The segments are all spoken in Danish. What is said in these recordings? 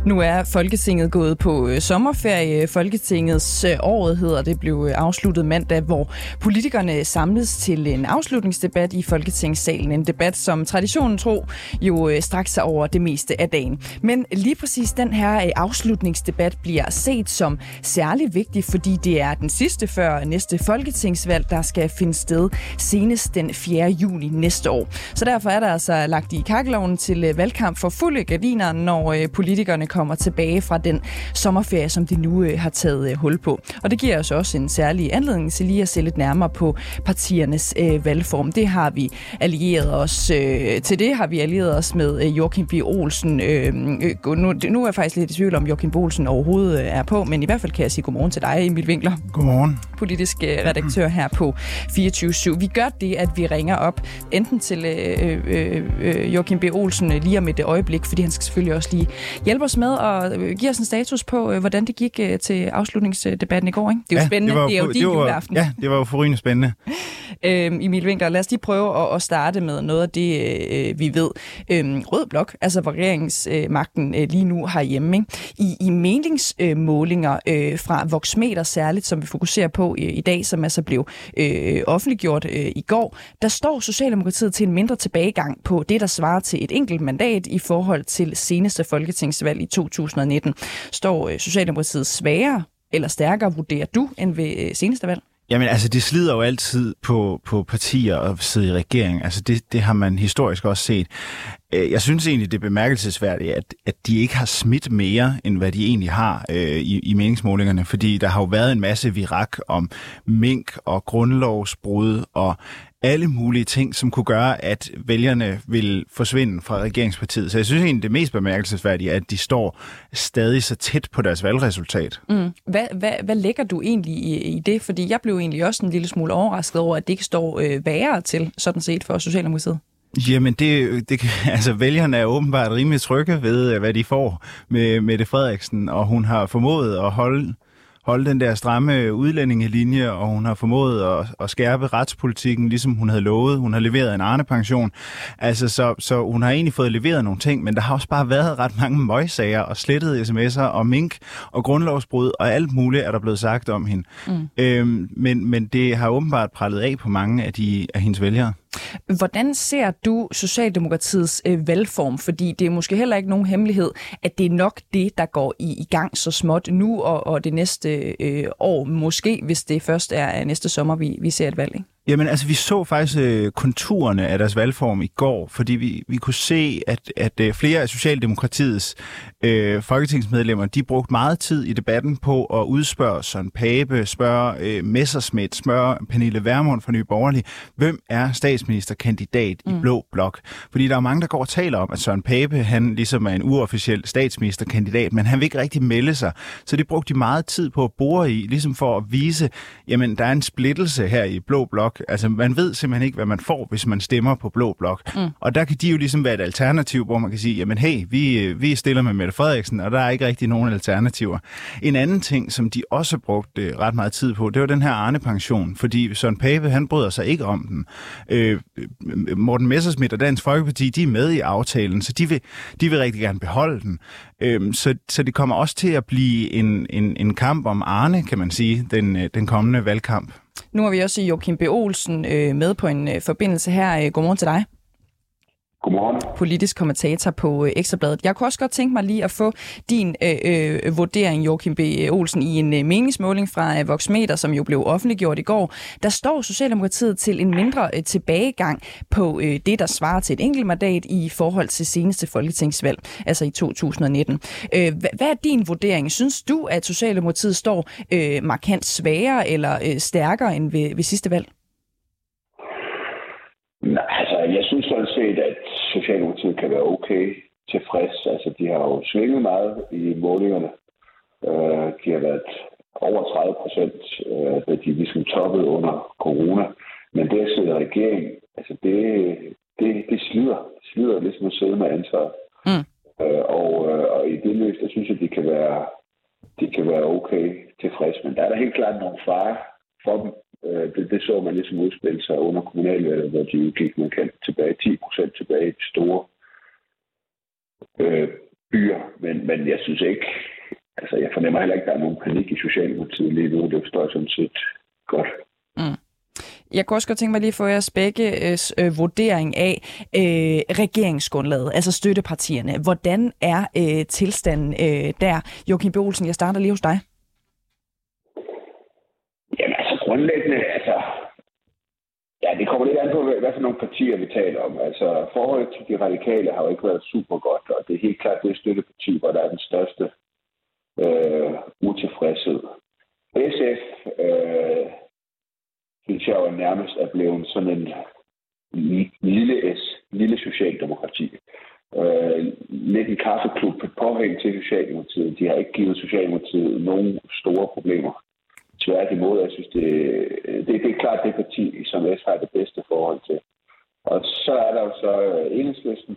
Nu er Folketinget gået på sommerferie. Folketingets året hedder det, blev afsluttet mandag, hvor politikerne samledes til en afslutningsdebat i Folketingssalen. En debat, som traditionen tro jo straks sig over det meste af dagen. Men lige præcis den her afslutningsdebat bliver set som særlig vigtig, fordi det er den sidste før næste folketingsvalg, der skal finde sted senest den 4. juni næste år. Så derfor er der altså lagt i kakkelovnen til valgkamp for fulde gardiner, når politikerne kommer tilbage fra den sommerferie, som de nu har taget hul på. Og det giver os også en særlig anledning til lige at se lidt nærmere på partiernes valgform. Det har vi allieret os til det har vi allieret os med Joachim B. Olsen. Nu er jeg faktisk lidt i tvivl om Joachim B. Olsen overhovedet er på, men i hvert fald kan jeg sige godmorgen til dig, Emil Winkler. Godmorgen. Politisk redaktør her på 24/7. Vi gør det, at vi ringer op enten til Joachim B. Olsen lige om et øjeblik, fordi han skal selvfølgelig også lige hjælpe os med og give os en status på, hvordan det gik til afslutningsdebatten i går. Ikke? Det er jo spændende. Det er jo din juleaften. Ja, det var jo forrygende spændende. Emil Winkler, lad os lige prøve at starte med noget af det, vi ved. Rød blok, altså hvor regeringsmagten lige nu herhjemme. Ikke? I meningsmålinger fra Voxmeter særligt, som vi fokuserer på i dag, som altså blev offentliggjort i går, der står Socialdemokratiet til en mindre tilbagegang på det, der svarer til et enkelt mandat i forhold til seneste folketingsvalg i 2019. Står Socialdemokratiet svagere eller stærkere, vurderer du, end ved seneste valg? Jamen altså, det slider jo altid på partier at sidde i regering. Altså det har man historisk også set. Jeg synes egentlig, det er bemærkelsesværdigt, at de ikke har smidt mere, end hvad de egentlig har i meningsmålingerne. Fordi der har jo været en masse virak om mink og grundlovsbrud og alle mulige ting, som kunne gøre, at vælgerne vil forsvinde fra regeringspartiet. Så jeg synes egentlig, det mest bemærkelsesværdige er, at de står stadig så tæt på deres valgresultat. Hvad lægger du egentlig i det? Fordi jeg blev egentlig også en lille smule overrasket over, at det ikke står værre til, sådan set, for Socialdemokratiet. Jamen, altså vælgerne er åbenbart rimelig trygge ved, hvad de får med Mette Frederiksen, og hun har formået at holde den der stramme udlændingelinje, og hun har formået at skærpe retspolitikken, ligesom hun havde lovet. Hun har leveret en Arne-pension. Altså, så hun har egentlig fået leveret nogle ting, men der har også bare været ret mange møgsager og slettede sms'er og mink og grundlovsbrud, og alt muligt er der blevet sagt om hende. Men det har åbenbart prallet af på mange af hendes vælgere. Hvordan ser du Socialdemokratiets valgform? Fordi det er måske heller ikke nogen hemmelighed, at det er nok det, der går i gang så småt nu og det næste år, måske hvis det først er næste sommer, vi ser et valg, ikke? Jamen altså, vi så faktisk konturerne af deres valgform i går, fordi vi kunne se, at flere af Socialdemokratiets folketingsmedlemmer, de brugte meget tid i debatten på at udspørge Søren Pape, spørge Messerschmidt, spørge Pernille Vermund fra Nye Borgerlige, hvem er statsministerkandidat i Blå Blok? Fordi der er mange, der går og taler om, at Søren Pape, han ligesom er en uofficiel statsministerkandidat, men han vil ikke rigtig melde sig. Så det brugte de meget tid på at bore i, ligesom for at vise, jamen der er en splittelse her i Blå Blok. Altså, man ved simpelthen ikke, hvad man får, hvis man stemmer på Blå Blok. Og der kan de jo ligesom være et alternativ, hvor man kan sige, jamen hey, vi stiller med Mette Frederiksen, og der er ikke rigtig nogen alternativer. En anden ting, som de også brugte ret meget tid på, det var den her Arne-pension, fordi Søren Pape, han bryder sig ikke om den. Morten Messerschmidt og Dansk Folkeparti, de er med i aftalen, så de vil rigtig gerne beholde den. Så det kommer også til at blive en kamp om Arne, kan man sige, den kommende valgkamp. Nu har vi også Joachim B. Olsen med på en forbindelse her. Godmorgen til dig. Godmorgen. Politisk kommentator på Ekstra Bladet. Jeg kunne også godt tænke mig lige at få din vurdering, Joachim B. Olsen, i en meningsmåling fra Voxmeter, som jo blev offentliggjort i går. Der står Socialdemokratiet til en mindre tilbagegang på det, der svarer til et enkelt mandat i forhold til seneste folketingsvalg, altså i 2019. Hvad er din vurdering? Synes du, at Socialdemokratiet står markant svagere eller stærkere end ved sidste valg? Nej, altså, jeg synes sådan set, at Socialdemokratiet kan være okay tilfreds. Altså, de har jo svinget meget i målingerne. De har været over 30%, da de ligesom toppede under corona. Men det at sidde i regeringen, altså det slider ligesom at sidde med ansvar. Og i det løs, der synes jeg, de kan være okay tilfreds. Men der er der helt klart nogle farer for dem. Det så man ligesom udspille sig under kommunalvalget, hvor de gik markant tilbage, 10% tilbage i store byer, men jeg synes ikke, altså jeg fornemmer heller ikke, at der er nogen panik i Socialdemokratiet lige nu. Det forstår jeg sådan set godt. Mm. Jeg kunne også godt tænke mig lige at få jeres begges vurdering af regeringsgrundlaget, altså støttepartierne. Hvordan er tilstanden der? Joachim B. Olsen, jeg starter lige hos dig. Jamen altså grundlæggende, det kommer lidt an på, hvad for nogle partier vi taler om. Altså forholdet til de radikale har jo ikke været super godt, og det er helt klart det støtteparti, hvor der er den største utilfredshed. SF synes jeg jo nærmest er blevet sådan en lille socialdemokrati. Lidt en kaffeklub påhæng til Socialdemokratiet. De har ikke givet Socialdemokratiet nogen store problemer. Tværtimod, jeg synes, det er klart det parti, som S har det bedste forhold til. Og så er der jo så Enhedslisten.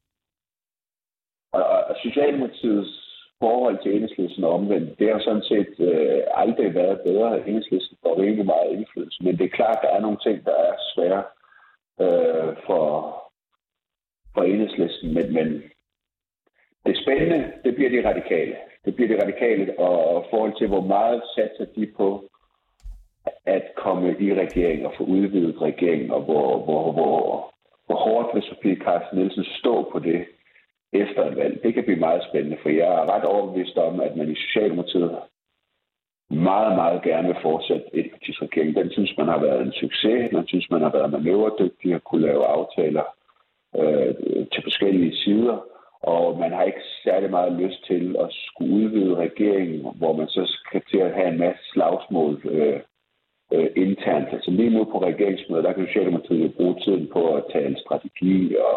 Og Socialdemokratiets forhold til Enhedslisten omvendt, det har sådan set aldrig været bedre. Enhedslisten får rigtig meget indflydelse, men det er klart, der er nogle ting, der er svære for Enhedslisten. Men det spændende, det bliver de radikale. Det bliver de radikale, og forhold til, hvor meget satser de på at komme i regeringen og få udvidet regeringen, og hvor hårdt vil Sofie Carsten Nielsen stå på det efter et valg. Det kan blive meget spændende, for jeg er ret overbevist om, at man i Socialdemokratiet meget, meget gerne vil fortsætte etpartisregeringen. Den synes man har været en succes. Man synes, man har været manøvredygtig og kunne lave aftaler til forskellige sider. Og man har ikke særlig meget lyst til at skulle udvide regeringen, hvor man så skal til at have en masse slagsmål internt. Altså lige nu på regeringsmødet, der kan Socialdemokratiet bruge tiden på at tale strategi og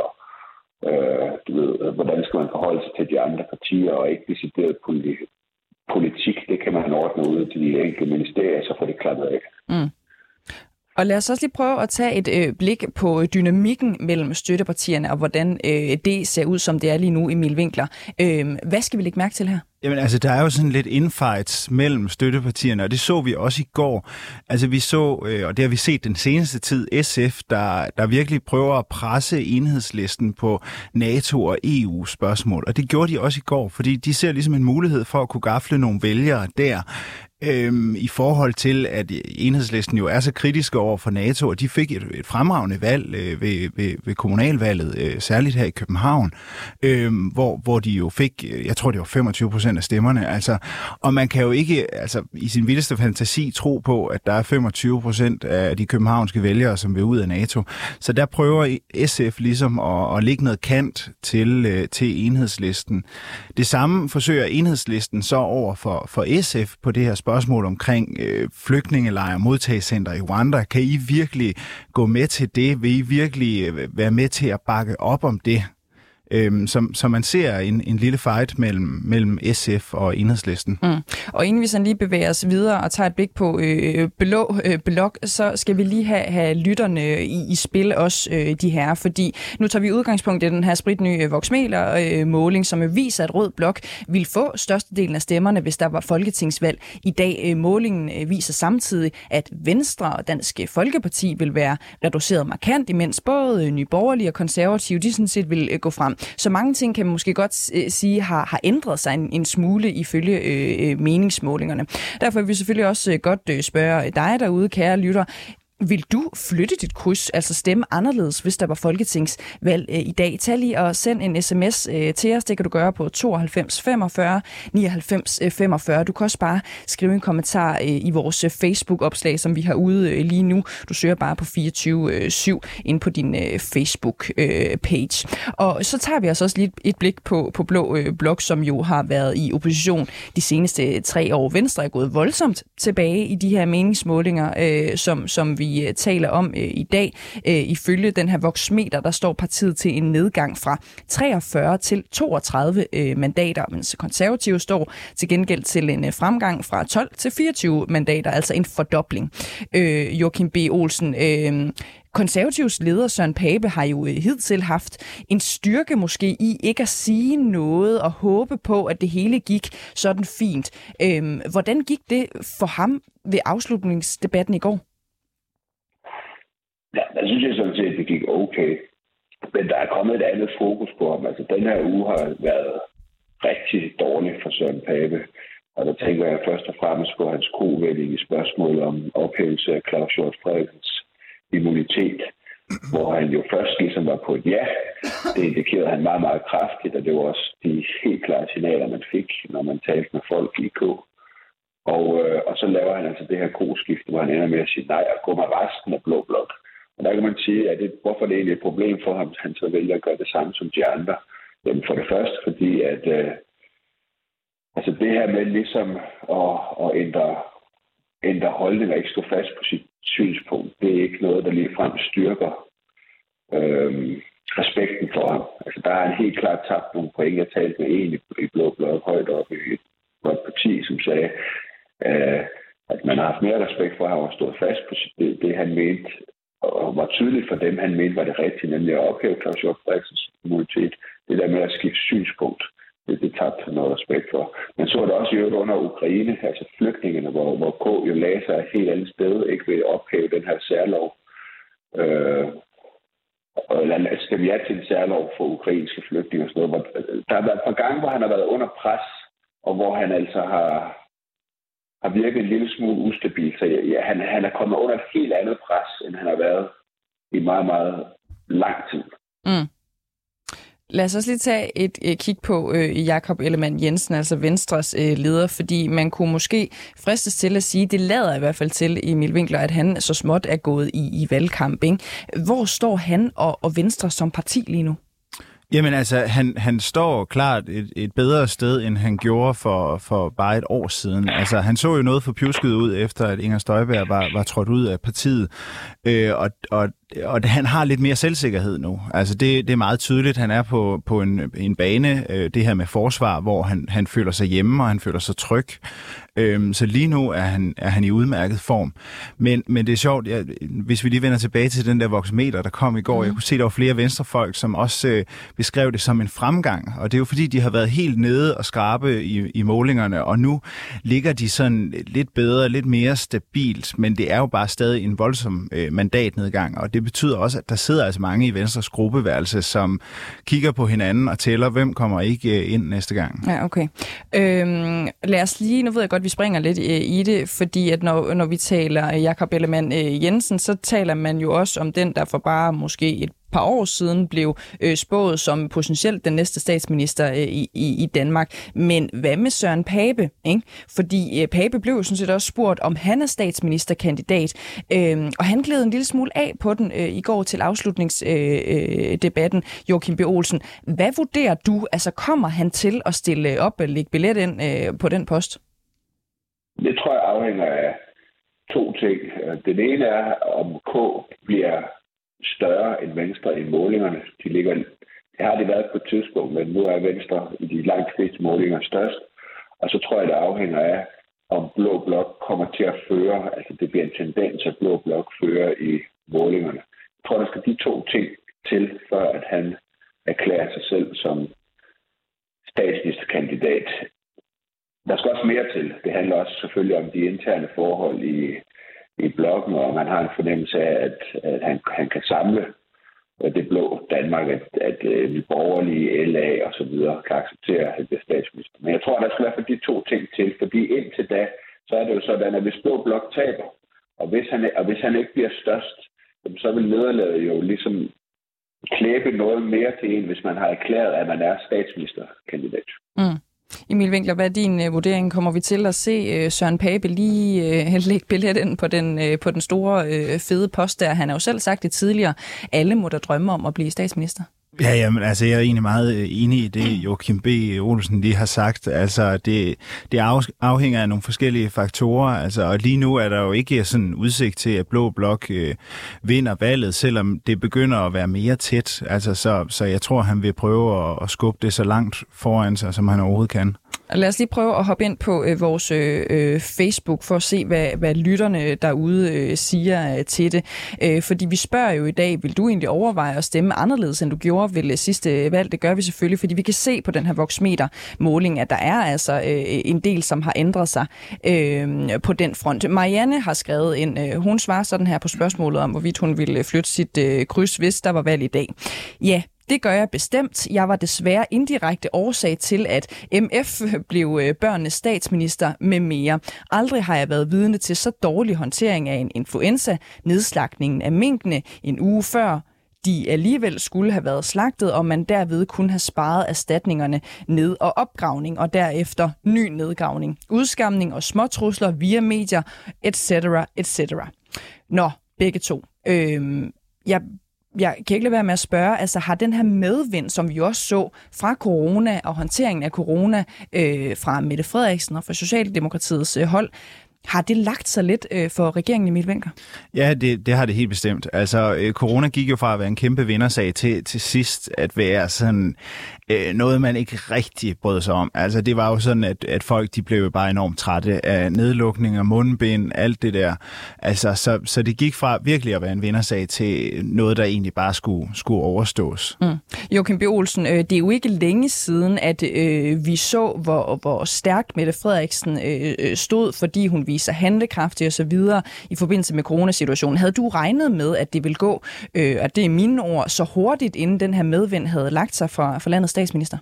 hvordan skal man forholde sig til de andre partier, og ikke decideret politik. Det kan man ordne ud til de enkelte ministerier, så får det klappet af. Mm. Og lad os også lige prøve at tage et blik på dynamikken mellem støttepartierne, og hvordan det ser ud, som det er lige nu, Emil Winkler. Hvad skal vi lægge mærke til her? Jamen altså, der er jo sådan lidt infights mellem støttepartierne, og det så vi også i går. Altså vi så, og det har vi set den seneste tid, SF, der virkelig prøver at presse Enhedslisten på NATO og EU-spørgsmål. Og det gjorde de også i går, fordi de ser ligesom en mulighed for at kunne gafle nogle vælgere der. I forhold til, at Enhedslisten jo er så kritiske over for NATO, og de fik et fremragende valg ved kommunalvalget, særligt her i København, hvor de jo fik, jeg tror det var 25% af stemmerne, altså, og man kan jo ikke i sin vildeste fantasi tro på, at der er 25% af de københavnske vælgere, som vil ud af NATO. Så der prøver SF ligesom at lægge noget kant til Enhedslisten. Det samme forsøger Enhedslisten så over for SF på det her spørgsmål omkring flygtningelejre, modtagelsescenter i Rwanda. Kan I virkelig gå med til det? Vil I virkelig være med til at bakke op om det? Så man ser en lille fight mellem SF og Enhedslisten. Mm. Og inden vi sådan lige bevæger os videre og tager et blik på blå blok, så skal vi lige have lytterne i spil også, de her, fordi nu tager vi udgangspunkt i den her spritnye Voxmeter-måling, som viser, at rød blok vil få størstedelen af stemmerne, hvis der var folketingsvalg i dag. Målingen viser samtidig, at Venstre og Dansk Folkeparti vil være reduceret markant, imens både Nye Borgerlige og Konservative, de sådan set vil gå frem. Så mange ting kan man måske godt sige har ændret sig en smule ifølge meningsmålingerne. Derfor vil vi selvfølgelig også godt spørge dig derude, kære lytter. Vil du flytte dit kryds, altså stemme anderledes, hvis der var folketingsvalg i dag? Tag lige og send en sms til os. Det kan du gøre på 92 45 99 45. Du kan også bare skrive en kommentar i vores Facebook-opslag, som vi har ude lige nu. Du søger bare på 24/7 ind på din Facebook-page. Og så tager vi også lige et blik på Blå Blok, som jo har været i opposition de seneste 3 år. Venstre er gået voldsomt tilbage i de her meningsmålinger, som vi taler om i dag. Ifølge den her Voxmeter, der står partiet til en nedgang fra 43 til 32 mandater, mens Konservative står til gengæld til en fremgang fra 12 til 24 mandater, altså en fordobling. Joachim B. Olsen, Konservativs leder Søren Pape har jo hidtil haft en styrke måske i ikke at sige noget og håbe på, at det hele gik sådan fint. Hvordan gik det for ham ved afslutningsdebatten i går? Ja, der synes jeg sådan set, at det gik okay. Men der er kommet et andet fokus på ham. Altså, den her uge har været rigtig dårligt for Søren Pape. Og der tænker jeg først og fremmest på hans kovending i spørgsmålet om ophævelse af Claus Hjort Frederiksens immunitet, hvor han jo først ligesom var på et ja. Det indikerede han meget, meget kraftigt, og det var også de helt klare signaler, man fik, når man talte med folk i K. Og så laver han altså det her koskifte, hvor han ender med at sige nej og gå med resten af Blå Blok. Og der kan man sige, at hvorfor det egentlig er et problem for ham, han så vælger at gøre det samme som de andre. Jamen for det første, fordi at altså det her med ligesom at ændre holdning og ikke stå fast på sit synspunkt, det er ikke noget, der ligefrem styrker respekten for ham. Altså der er en helt klart tabt nogle point. Jeg talte med en i Blå Blok højt op i et godt parti, som sagde, at man har haft mere respekt for ham og stået fast på det han mente, og var tydeligt for dem, han mente var det rigtige, nemlig at ophæve Claus Hjort Frederiksens immunitet. Det der med at skifte synspunkt, det tabte han noget respekt for. Men så er det også i øvrigt under Ukraine, altså flygtningene, hvor K jo lagde sig et helt andet sted, ikke ved at ophæve den her særlov. Eller stemme ja til en særlov for ukrainske flygtninge og sådan noget. Der har været et par gange, hvor han har været under pres, og hvor han altså har virket en lille smule ustabil. Så ja, han er kommet under et helt andet pres, end han har været i meget, meget lang tid. Mm. Lad os også lige tage et kig på Jakob Ellemann-Jensen, altså Venstres leder, fordi man kunne måske fristes til at sige, det lader i hvert fald til, Emil Winkler, at han så småt er gået i valgkamp, ikke? Hvor står han og Venstre som parti lige nu? Jamen altså, han står klart et bedre sted, end han gjorde for bare et år siden. Altså, han så jo noget for pjusket ud, efter at Inger Støjberg var trådt ud af partiet. Og han har lidt mere selvsikkerhed nu. Altså, det er meget tydeligt. Han er på en bane, det her med forsvar, hvor han føler sig hjemme, og han føler sig tryg. Så lige nu er han i udmærket form. Men det er sjovt, hvis vi lige vender tilbage til den der voxmeter, der kom i går. Jeg kunne se, der var flere venstrefolk, som også beskrev det som en fremgang. Og det er jo fordi, de har været helt nede og skrabe i målingerne, og nu ligger de sådan lidt bedre, lidt mere stabilt. Men det er jo bare stadig en voldsom mandatnedgang, og det betyder også, at der sidder altså mange i Venstres gruppeværelse, som kigger på hinanden og tæller, hvem kommer ikke ind næste gang. Ja, okay. Lad os lige, nu ved jeg godt, vi springer lidt i det, fordi at når vi taler Jakob Ellemann-Jensen, så taler man jo også om den, der for bare måske et par år siden blev spået som potentielt den næste statsminister i Danmark. Men hvad med Søren Pape? Ikke? Fordi Pape blev jo sådan set også spurgt, om han er statsministerkandidat, og han gled en lille smule af på den i går til afslutningsdebatten, Joachim B. Olsen. Hvad vurderer du? Altså, kommer han til at stille op og lægge billet ind på den post? Det tror jeg afhænger af to ting. Den ene er, om K bliver større end Venstre i målingerne. Det har det været på et tidspunkt, men nu er Venstre i de langt fleste målinger størst. Og så tror jeg, det afhænger af, om Blå Blok kommer til at føre, altså det bliver en tendens, at Blå Blok fører i målingerne. Jeg tror, der skal de to ting til, før at han erklærer sig selv som statsministerkandidat. Der skal også mere til. Det handler også selvfølgelig om de interne forhold i blokken, og man har en fornemmelse af, at han kan samle det blå Danmark, at de borgerlige, LA og så videre kan acceptere, at det er statsminister. Men jeg tror, der skal i hvert fald de to ting til, fordi indtil da, så er det jo sådan, at hvis Blå Blok taber, og hvis han ikke bliver størst, så vil nederlaget jo ligesom klæbe noget mere til en, hvis man har erklæret, at man er statsministerkandidat. Mm. Emil Winkler, hvad er din vurdering? Kommer vi til at se Søren Pape lige lægge billet ind på den store fede post der? Han har jo selv sagt det tidligere. Alle må da drømme om at blive statsminister. Ja, men altså, jeg er egentlig meget enig i det, Joachim B. Olsen lige har sagt. Altså, det afhænger af nogle forskellige faktorer. Altså, og lige nu er der jo ikke sådan udsigt til, at Blå Blok vinder valget, selvom det begynder at være mere tæt. Altså, så jeg tror, han vil prøve at skubbe det så langt foran sig, som han overhovedet kan. Lad os lige prøve at hoppe ind på vores Facebook for at se, hvad lytterne derude siger til det. Fordi vi spørger jo i dag, vil du egentlig overveje at stemme anderledes, end du gjorde ved sidste valg? Det gør vi selvfølgelig, fordi vi kan se på den her Voxmeter-måling, at der er altså en del, som har ændret sig på den front. Marianne har skrevet ind, hun svarer sådan her på spørgsmålet om, hvorvidt hun ville flytte sit kryds, hvis der var valg i dag. Ja, Det gør jeg bestemt. Jeg var desværre indirekte årsag til, at MF blev børnenes statsminister med mere. Aldrig har jeg været vidne til så dårlig håndtering af en influenza, nedslagningen af minkene en uge før de alligevel skulle have været slagtet, og man derved kunne have sparet erstatningerne ned- og opgravning, og derefter ny nedgravning, udskamning og småtrusler via medier, etc., etc. Nå, begge to. Jeg kan ikke lade være med at spørge, altså har den her medvind, som vi også så fra corona og håndteringen af corona fra Mette Frederiksen og fra Socialdemokratiets hold, har det lagt sig lidt for regeringen, Emil Winker? Ja, det har det helt bestemt. Altså, corona gik jo fra at være en kæmpe vindersag til sidst at være sådan noget, man ikke rigtig brød sig om. Altså, det var jo sådan, at folk de blev bare enormt trætte af nedlukninger, mundbind, alt det der. Altså, så det gik fra virkelig at være en vindersag til noget, der egentlig bare skulle overstås. Joachim B. Olsen, det er jo ikke længe siden, at vi så, hvor stærkt Mette Frederiksen stod, fordi hun viser handlekraftig og så videre i forbindelse med coronasituationen. Havde du regnet med, at det ville gå, at det er mine ord, så hurtigt, inden den her medvind havde lagt sig for landets statsminister?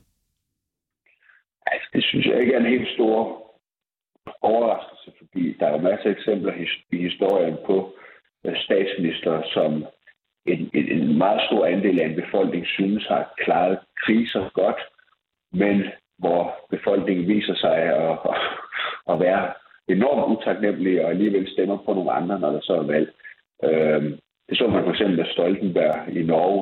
Altså, det synes jeg ikke er en helt stor overraskelse, fordi der er masser af eksempler i historien på statsminister, som en meget stor andel af en befolkning synes har klaret kriser godt, men hvor befolkningen viser sig at være enormt utaknemmelige og alligevel stemmer på nogle andre, når der så er valg. Det så man for eksempel af Stoltenberg i Norge,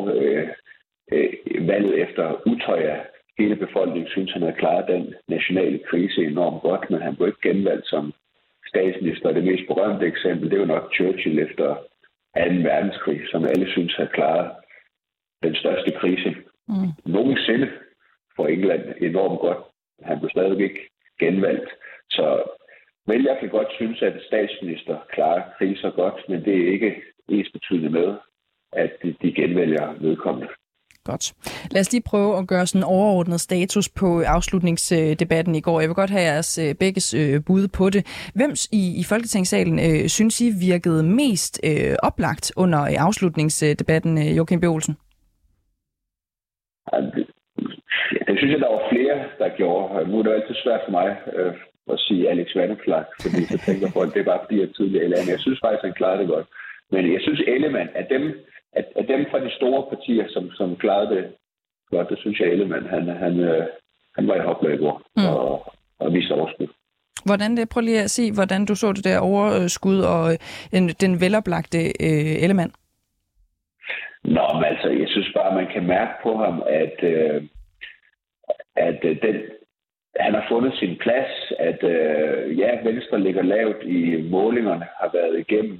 valget efter Utøya. Hele befolkningen synes, han havde klaret den nationale krise enormt godt, men han blev ikke genvalgt som statsminister. Det mest berømte eksempel, det er jo nok Churchill efter 2. verdenskrig, som alle synes har klaret den største krise nogensinde for England enormt godt. Han blev stadig ikke genvalgt. Så vælgere kan godt synes, at statsminister klarer kriser godt, men det er ikke ensbetydende med, at de genvælger vedkommende. Godt. Lad os lige prøve at gøre sådan en overordnet status på afslutningsdebatten i går. Jeg vil godt have jeres begges bud på det. Hvem i Folketingssalen synes I virkede mest oplagt under afslutningsdebatten, Joachim B. Olsen? Det synes jeg, der var flere, der gjorde. Nu er det altid svært for mig at sige Alex Vanopslagh, fordi så tænker folk, det er bare fordi, jeg er tidligere i landet. Jeg synes faktisk, han klarede det godt. Men jeg synes, Ellemann, at dem fra de store partier, som klarede det godt, det synes jeg, Ellemann, han var i hoplag i går og viste overskud. Hvordan det? Prøv lige at sige, hvordan du så det der overskud og den veloplagte Ellemann. Nå, men altså, jeg synes bare, man kan mærke på ham, at han har fundet sin plads, at Venstre ligger lavt i målingerne, har været igennem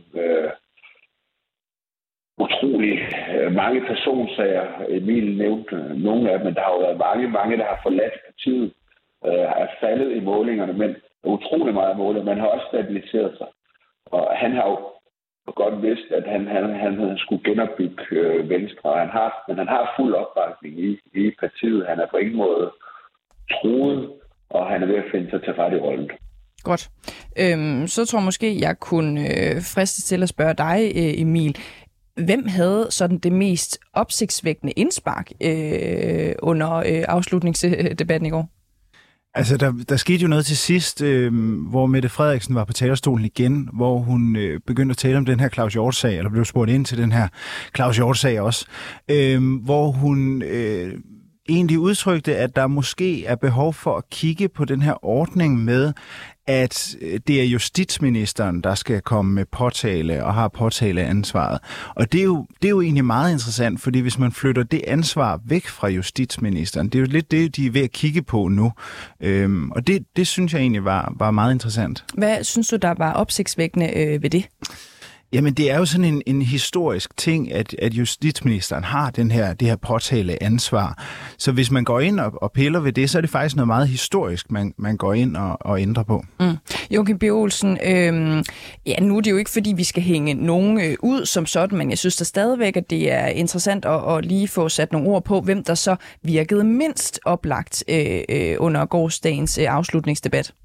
utrolig mange personsager. Emil nævnte nogle af dem, men der har jo været mange, der har forladt partiet, er faldet i målingerne, men utrolig meget målinger. Man har også stabiliseret sig. Og han har jo godt vidst, at han skulle genopbygge Venstre. Men han har fuld opbakning i partiet. Han er på ingen måde truet, og han er ved at finde sig til ret i rollen. Godt. Så tror jeg måske, jeg kunne friste til at spørge dig, Emil. Hvem havde sådan det mest opsigtsvækkende indspark under afslutningsdebatten i går? Altså, der skete jo noget til sidst, hvor Mette Frederiksen var på talerstolen igen, hvor hun begyndte at tale om den her Claus Hjort-sag, eller blev spurgt ind til den her Claus Hjort-sag også, hvor hun egentlig udtrykte, at der måske er behov for at kigge på den her ordning med, at det er justitsministeren, der skal komme med påtale og har påtaleansvaret. Og det er jo egentlig meget interessant, fordi hvis man flytter det ansvar væk fra justitsministeren, det er jo lidt det, de er ved at kigge på nu. Og det synes jeg egentlig var meget interessant. Hvad synes du, der var opsigtsvækkende ved det? Jamen, det er jo sådan en historisk ting, at justitsministeren har det her påtaleansvar. Så hvis man går ind og piller ved det, så er det faktisk noget meget historisk, man går ind og ændrer på. Joachim B. Olsen, nu er det jo ikke, fordi vi skal hænge nogen ud som sådan, men jeg synes da stadigvæk, at det er interessant at lige få sat nogle ord på, hvem der så virkede mindst oplagt under gårsdagens afslutningsdebat.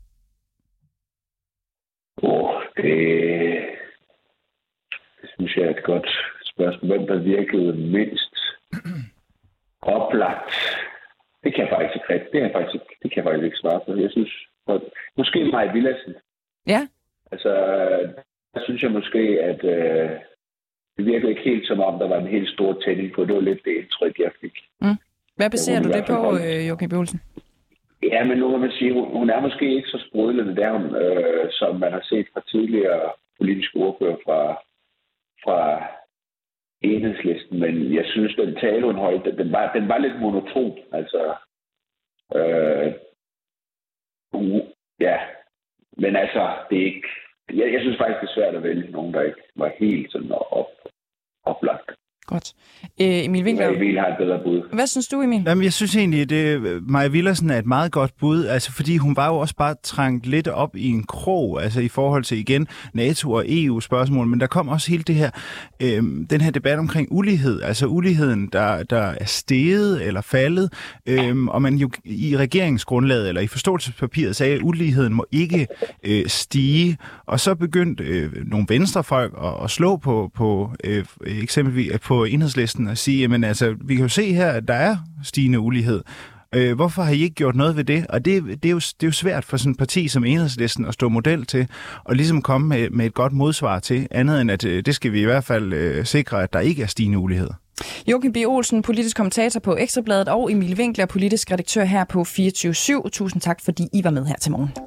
Det synes jeg er et godt spørgsmål. Hvem der virkede mindst? oplagt. Det kan jeg faktisk ikke svare på. Jeg synes, måske Mai Villadsen. Ja. Altså, der synes jeg måske, at det virkede ikke helt som om, der var en helt stor tænding på. Det var lidt det indtryk, jeg fik. Hvad baserer du det på, Joachim B. Olsen? Ja, men nu kan man sige, hun er måske ikke så sprudlende der, som man har set fra tidligere politiske ordfører fra Enhedslisten. Men jeg synes, den tale, hun holdt, den var lidt monoton. Altså, ja. Men altså, det er ikke... Jeg synes faktisk, det er svært at vælge nogen, der ikke var helt sådan oplagt. Godt. Emil Winkler. Emil har et bedre bud. Hvad synes du, Emil? Jamen, jeg synes egentlig, at Mai Villadsen er et meget godt bud, altså fordi hun var jo også bare trængt lidt op i en krog, altså i forhold til igen NATO og EU-spørgsmål, men der kom også hele det her, den her debat omkring ulighed, altså uligheden, der er steget eller faldet, og man jo i regeringsgrundlaget eller i forståelsespapiret sagde, at uligheden må ikke stige, og så begyndte nogle venstrefolk at slå på eksempelvis på Enhedslisten og sige, jamen altså, vi kan jo se her, at der er stigende ulighed. Hvorfor har I ikke gjort noget ved det? Og det er jo svært for sådan et parti som Enhedslisten at stå model til, og ligesom komme med et godt modsvar til, andet end at det skal vi i hvert fald sikre, at der ikke er stigende ulighed. Joachim B. Olsen, politisk kommentator på Ekstrabladet, og Emil Winkler, politisk redaktør her på 24/7. Tusind tak, fordi I var med her til morgen.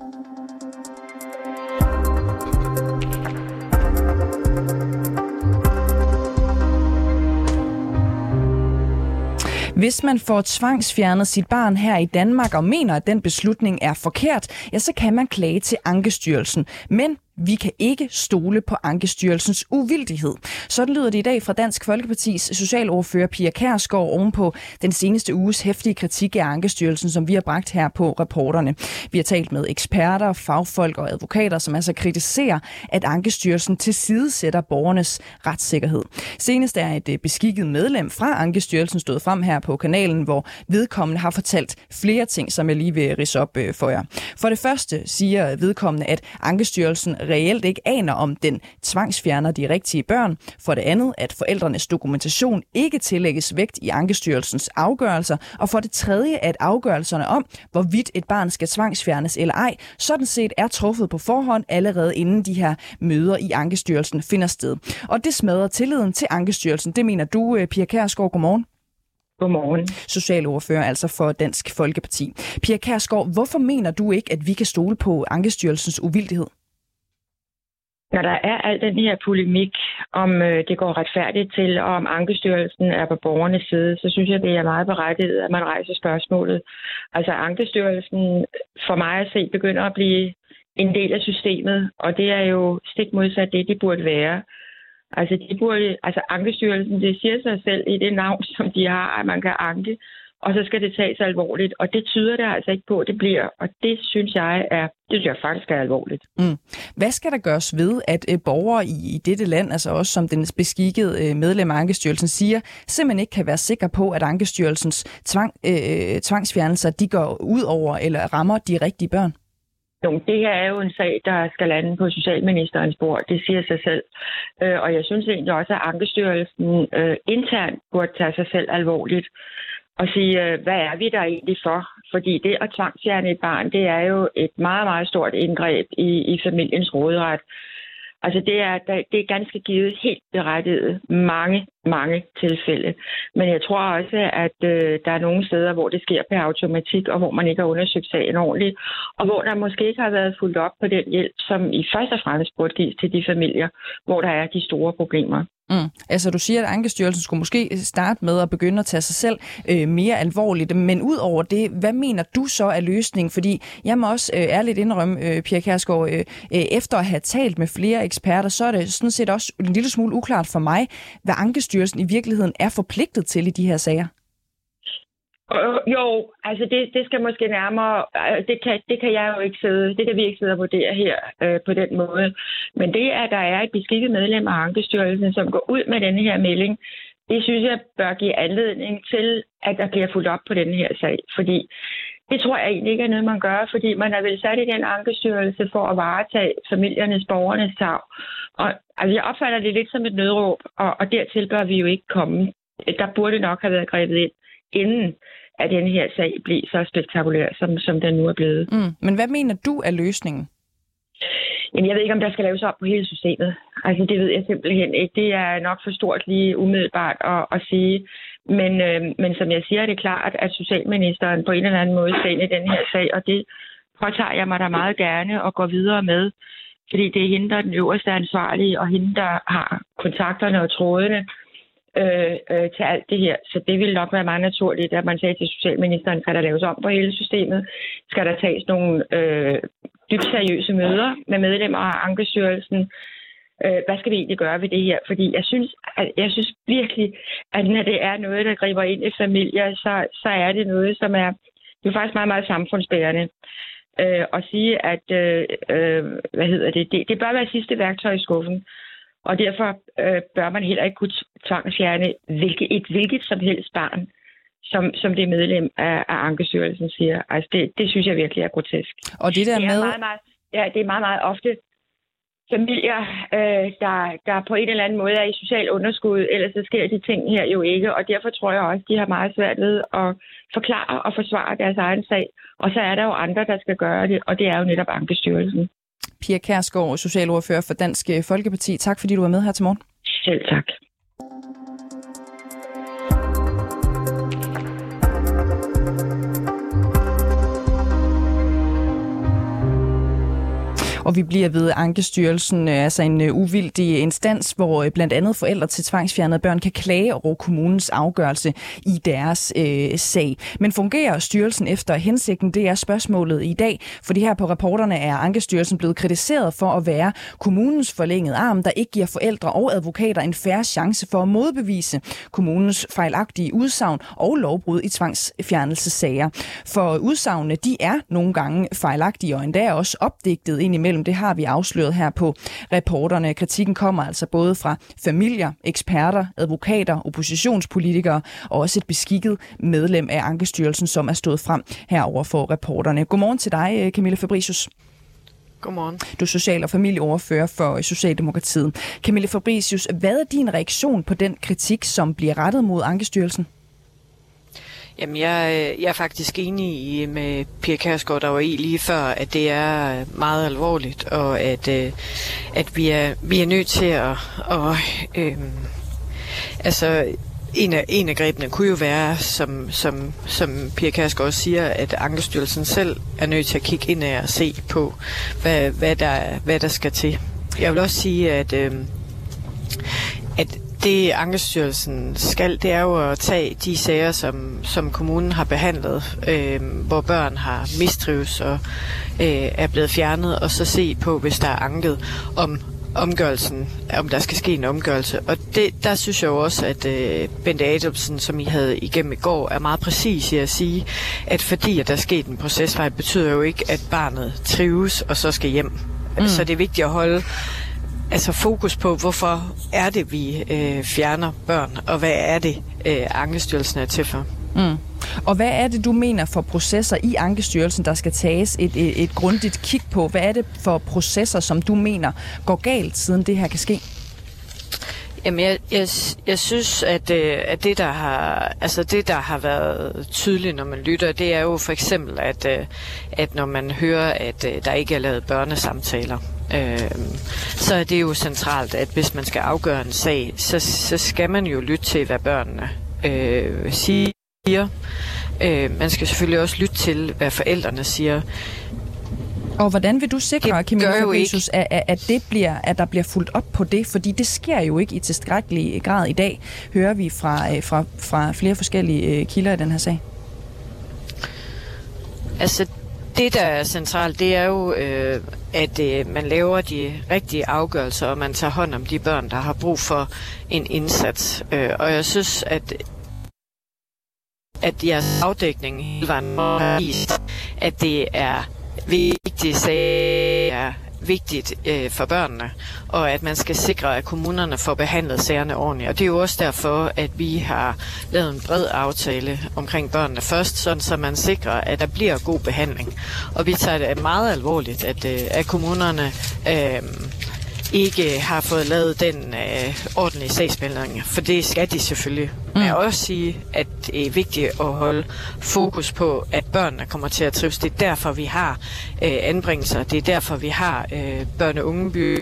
Hvis man får tvangsfjernet sit barn her i Danmark og mener, at den beslutning er forkert, ja, så kan man klage til Ankestyrelsen. Men vi kan ikke stole på Ankestyrelsens uvildighed. Sådan lyder det i dag fra Dansk Folkepartis socialordfører Pia Kjærsgaard ovenpå den seneste uges heftige kritik af Ankestyrelsen, som vi har bragt her på Reporterne. Vi har talt med eksperter, fagfolk og advokater, som altså kritiserer, at Ankestyrelsen tilsidesætter borgernes retssikkerhed. Senest er et beskikket medlem fra Ankestyrelsen stået frem her på kanalen, hvor vedkommende har fortalt flere ting, som jeg lige vil ridse op for jer. For det første siger vedkommende, at Ankestyrelsen reelt ikke aner, om den tvangsfjerner de rigtige børn. For det andet, at forældrenes dokumentation ikke tillægges vægt i Ankestyrelsens afgørelser. Og for det tredje, at afgørelserne om, hvorvidt et barn skal tvangsfjernes eller ej, sådan set er truffet på forhånd allerede inden de her møder i Ankestyrelsen finder sted. Og det smadrer tilliden til Ankestyrelsen. Det mener du, Pia Kjærsgaard. Godmorgen. Godmorgen. Socialordfører altså for Dansk Folkeparti. Pia Kjærsgaard, hvorfor mener du ikke, at vi kan stole på Ankestyrelsens uvildighed? Når der er al den her polemik, om det går retfærdigt til, og om Ankestyrelsen er på borgernes side, så synes jeg, det er meget berettiget, at man rejser spørgsmålet. Altså Ankestyrelsen, for mig at se, begynder at blive en del af systemet, og det er jo stik modsat det, de burde være. Altså Ankestyrelsen, det siger sig selv i det navn, som de har, at man kan anke, og så skal det tages alvorligt. Og det tyder det altså ikke på, at det bliver. Og det synes jeg faktisk er alvorligt. Hvad skal der gøres ved, at borgere i dette land, altså også som den beskikkede medlem af Ankestyrelsen, siger, simpelthen ikke kan være sikre på, at Ankestyrelsens tvangsfjernelser, de går ud over eller rammer de rigtige børn? Jo, det her er jo en sag, der skal lande på socialministerens bord. Det siger sig selv. Og jeg synes egentlig også, at Ankestyrelsen internt burde tage sig selv alvorligt og sige, hvad er vi der egentlig for? Fordi det at tvangsfjerne et barn, det er jo et meget, meget stort indgreb i familiens råderet. Altså det er ganske givet helt berettiget mange tilfælde. Men jeg tror også, at der er nogle steder, hvor det sker per automatik, og hvor man ikke har undersøgt sagen ordentligt, og hvor der måske ikke har været fulgt op på den hjælp, som i først og fremmest burde gives til de familier, hvor der er de store problemer. Altså du siger, at Ankestyrelsen skulle måske starte med at begynde at tage sig selv mere alvorligt, men ud over det, hvad mener du så er løsningen? Fordi jeg må også ærligt indrømme, Pia Kjærsgaard, efter at have talt med flere eksperter, så er det sådan set også en lille smule uklart for mig, hvad Ankestyrelsen i virkeligheden er forpligtet til i de her sager. Jo, altså det skal måske nærmere, det kan jeg jo ikke sidde, det kan vi ikke sidde og vurdere her på den måde. Men det, at der er et beskikket medlem af Ankestyrelsen, som går ud med denne her melding, det synes jeg bør give anledning til, at der bliver fulgt op på denne her sag. Fordi det tror jeg egentlig ikke er noget, man gør, fordi man er vel sat i den Ankestyrelse for at varetage familiernes, borgernes tarv. Og altså, jeg opfatter det lidt som et nødråb, og dertil bør vi jo ikke komme. Der burde nok have været grebet ind inden at den her sag blev så spektakulær, som den nu er blevet. Men hvad mener du er løsningen? Jamen, jeg ved ikke, om der skal laves op på hele systemet. Altså, det ved jeg simpelthen ikke. Det er nok for stort lige umiddelbart at sige. Men som jeg siger, er det klart, at socialministeren på en eller anden måde skal ind i den her sag, og det påtager jeg mig da meget gerne og går videre med. Fordi det er hende, der er den øverste ansvarlige, og hende, der har kontakterne og trådene til alt det her. Så det ville nok være meget naturligt, at man sagde til socialministeren, skal der laves om på hele systemet? Skal der tages nogle dybt seriøse møder med medlemmer af Ankestyrelsen? Hvad skal vi egentlig gøre ved det her? Fordi jeg synes virkelig, at når det er noget, der griber ind i familier, så er det noget, som er jo faktisk meget, meget samfundsbærende. Og sige, at det bør være sidste værktøj i skuffen. Og derfor bør man heller ikke kunne tvangsfjerne et hvilket som helst barn, som det medlem af Ankestyrelsen siger. Altså det synes jeg virkelig er grotesk. Og det der det er med... det er meget, meget ofte familier, der på en eller anden måde er i social underskud, ellers så sker de ting her jo ikke. Og derfor tror jeg også, de har meget svært ved at forklare og forsvare deres egen sag. Og så er der jo andre, der skal gøre det, og det er jo netop Ankestyrelsen. Pia Kjærsgaard, socialordfører for Dansk Folkeparti. Tak fordi du var med her til morgen. Selv tak. Og vi bliver ved Ankestyrelsen, altså en uvildig instans, hvor blandt andet forældre til tvangsfjernede børn kan klage over kommunens afgørelse i deres sag. Men fungerer styrelsen efter hensigten? Det er spørgsmålet i dag, for det her på Reporterne er Ankestyrelsen blevet kritiseret for at være kommunens forlængede arm, der ikke giver forældre og advokater en fair chance for at modbevise kommunens fejlagtige udsagn og lovbrud i tvangsfjernelsessager. For udsagnene, de er nogle gange fejlagtige og endda også opdigtet ind imellem. Det har vi afsløret her på Reporterne. Kritikken kommer altså både fra familier, eksperter, advokater, oppositionspolitikere og også et beskikket medlem af Ankestyrelsen, som er stået frem herover for Reporterne. Godmorgen til dig, Camilla Fabricius. Godmorgen. Du er social- og familieordfører for Socialdemokratiet. Camilla Fabricius, hvad er din reaktion på den kritik, som bliver rettet mod Ankestyrelsen? Jamen, jeg er faktisk enig med Pia Kjærsgaard, der var i lige før, at det er meget alvorligt, og at vi er nødt til at altså en af grebene kunne jo være, som Pia Kjærsgaard også siger, at Ankestyrelsen selv er nødt til at kigge ind og se på, hvad der skal til. Jeg vil også sige, at det Ankestyrelsen skal, det er jo at tage de sager, som kommunen har behandlet, hvor børn har mistrives og er blevet fjernet, og så se på, hvis der er anket om omgørelsen, om der skal ske en omgørelse. Og der synes jeg jo også, at Bente Adolfsen, som I havde igennem i går, er meget præcis i at sige, at fordi at der er sket en procesfejl, betyder jo ikke, at barnet trives og så skal hjem. Så det er vigtigt at holde fokus på, hvorfor er det, vi fjerner børn, og hvad er det, Ankestyrelsen er til for. Og hvad er det, du mener for processer i Ankestyrelsen, der skal tages et grundigt kig på? Hvad er det for processer, som du mener går galt, siden det her kan ske? Jamen, jeg synes, at det, der har været tydeligt, når man lytter, det er jo for eksempel, at når man hører, at der ikke er lavet børnesamtaler, så er det jo centralt, at hvis man skal afgøre en sag, så skal man jo lytte til, hvad børnene siger. Man skal selvfølgelig også lytte til, hvad forældrene siger. Og hvordan vil du sikre, Camilla Fabricius, at der bliver fulgt op på det? Fordi det sker jo ikke i tilstrækkelig grad i dag, hører vi fra flere forskellige kilder i den her sag. Altså, det, der er centralt, det er jo, at man laver de rigtige afgørelser, og man tager hånd om de børn, der har brug for en indsats. Og jeg synes, at jeres afdækning hele vejen har vist, at det er vigtigt for børnene, og at man skal sikre, at kommunerne får behandlet sagerne ordentligt. Og det er jo også derfor, at vi har lavet en bred aftale omkring børnene først, sådan så man sikrer, at der bliver god behandling. Og vi tager det meget alvorligt, at kommunerne ikke har fået lavet den ordentlige sagsbehandling, for det skal de selvfølgelig. Men jeg også sige, at det er vigtigt at holde fokus på, at børnene kommer til at trives. Det er derfor, vi har anbringelser. Det er derfor, vi har børne- og ungeby.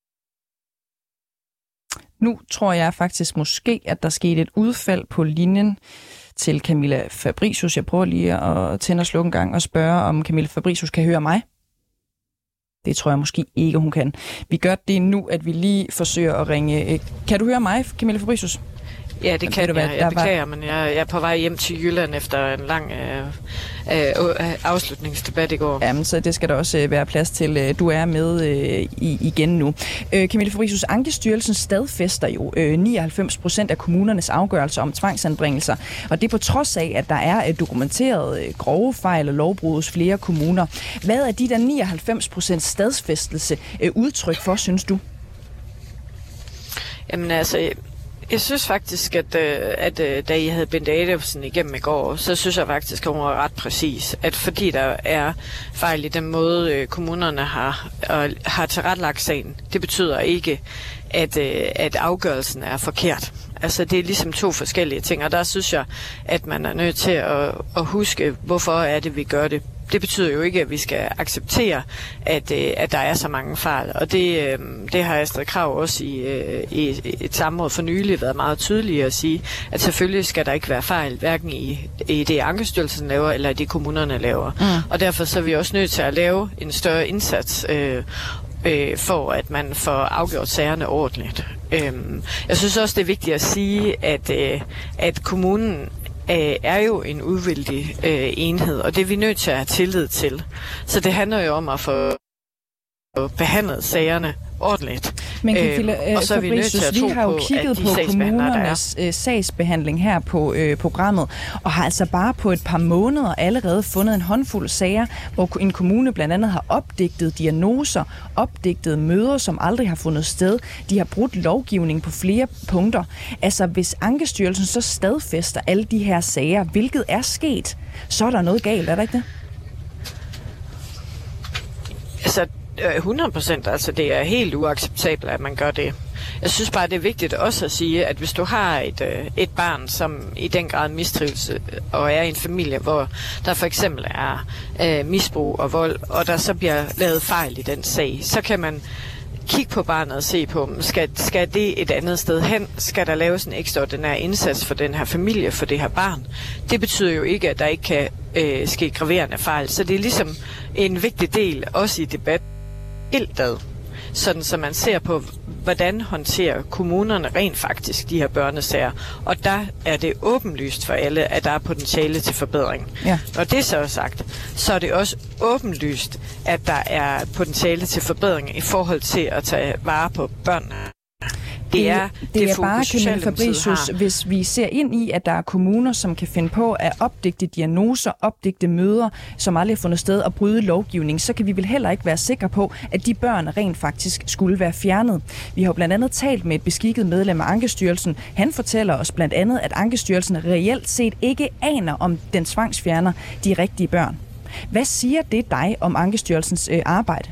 Nu tror jeg faktisk måske, at der skete et udfald på linjen til Camilla Fabricius. Jeg prøver lige at tænde og slukke en gang og spørge, om Camilla Fabricius kan høre mig. Det tror jeg måske ikke, hun kan. Vi gør det nu, at vi lige forsøger at ringe. Kan du høre mig, Camilla Fabricius? Ja, det kan jeg. Jeg beklager, men jeg er på vej hjem til Jylland efter en lang afslutningsdebat i går. Jamen, så det skal der også være plads til. Du er med igen nu. Camilla Fabricius, Ankestyrelsen stadfæster jo 99% af kommunernes afgørelser om tvangsanbringelser, og det på trods af, at der er dokumenteret grove fejl og lovbrud hos flere kommuner. Hvad er de der 99% stadfæstelse udtryk for, synes du? Jamen altså, jeg synes faktisk, at da I havde Bente Adolfsen igennem i går, så synes jeg faktisk, at hun var ret præcis. At fordi der er fejl i den måde, kommunerne har tilrettelagt sagen, det betyder ikke, at afgørelsen er forkert. Altså, det er ligesom to forskellige ting, og der synes jeg, at man er nødt til at huske, hvorfor er det, vi gør det. Det betyder jo ikke, at vi skal acceptere, at der er så mange fejl. Og det har Astrid Krag også i et samråd for nylig været meget tydeligt at sige, at selvfølgelig skal der ikke være fejl, hverken i det Ankestyrelsen laver, eller i det kommunerne laver. Og derfor så er vi også nødt til at lave en større indsats for, at man får afgjort sagerne ordentligt. Jeg synes også, det er vigtigt at sige, at kommunen er jo en udvældig enhed, og det er vi nødt til at have tillid til. Så det handler jo om at få behandlet sagerne ordentligt. Men og så er vi nødt til at tro på, at de sagsbehandlere, der er. Vi har jo kigget på kommunernes sagsbehandling her på programmet, og har altså bare på et par måneder allerede fundet en håndfuld sager, hvor en kommune blandt andet har opdigtet diagnoser, opdigtet møder, som aldrig har fundet sted. De har brudt lovgivning på flere punkter. Altså, hvis Ankestyrelsen så stadfæster alle de her sager, hvilket er sket, så er der noget galt, er der ikke det? Altså, 100%, altså det er helt uacceptabelt, at man gør det. Jeg synes bare, det er vigtigt også at sige, at hvis du har et barn, som i den grad mistrives, og er i en familie, hvor der for eksempel er misbrug og vold, og der så bliver lavet fejl i den sag, så kan man kigge på barnet og se på, skal det et andet sted hen? Skal der laves en ekstraordinær indsats for den her familie, for det her barn? Det betyder jo ikke, at der ikke kan ske graverende fejl. Så det er ligesom en vigtig del, også i debat, sådan så man ser på, hvordan håndterer kommunerne rent faktisk de her børnesager. Og der er det åbenlyst for alle, at der er potentiale til forbedring. Ja. Når det så er sagt, så er det også åbenlyst, at der er potentiale til forbedring i forhold til at tage vare på børnene. Det er bare, Camilla Fabricius, hvis vi ser ind i, at der er kommuner, som kan finde på at opdigte diagnoser, opdigte møder, som aldrig har fundet sted, og bryde lovgivning, så kan vi vel heller ikke være sikre på, at de børn rent faktisk skulle være fjernet. Vi har jo blandt andet talt med et beskikket medlem af Ankestyrelsen. Han fortæller os blandt andet, at Ankestyrelsen reelt set ikke aner, om den tvangsfjerner de rigtige børn. Hvad siger det dig om Ankestyrelsens arbejde?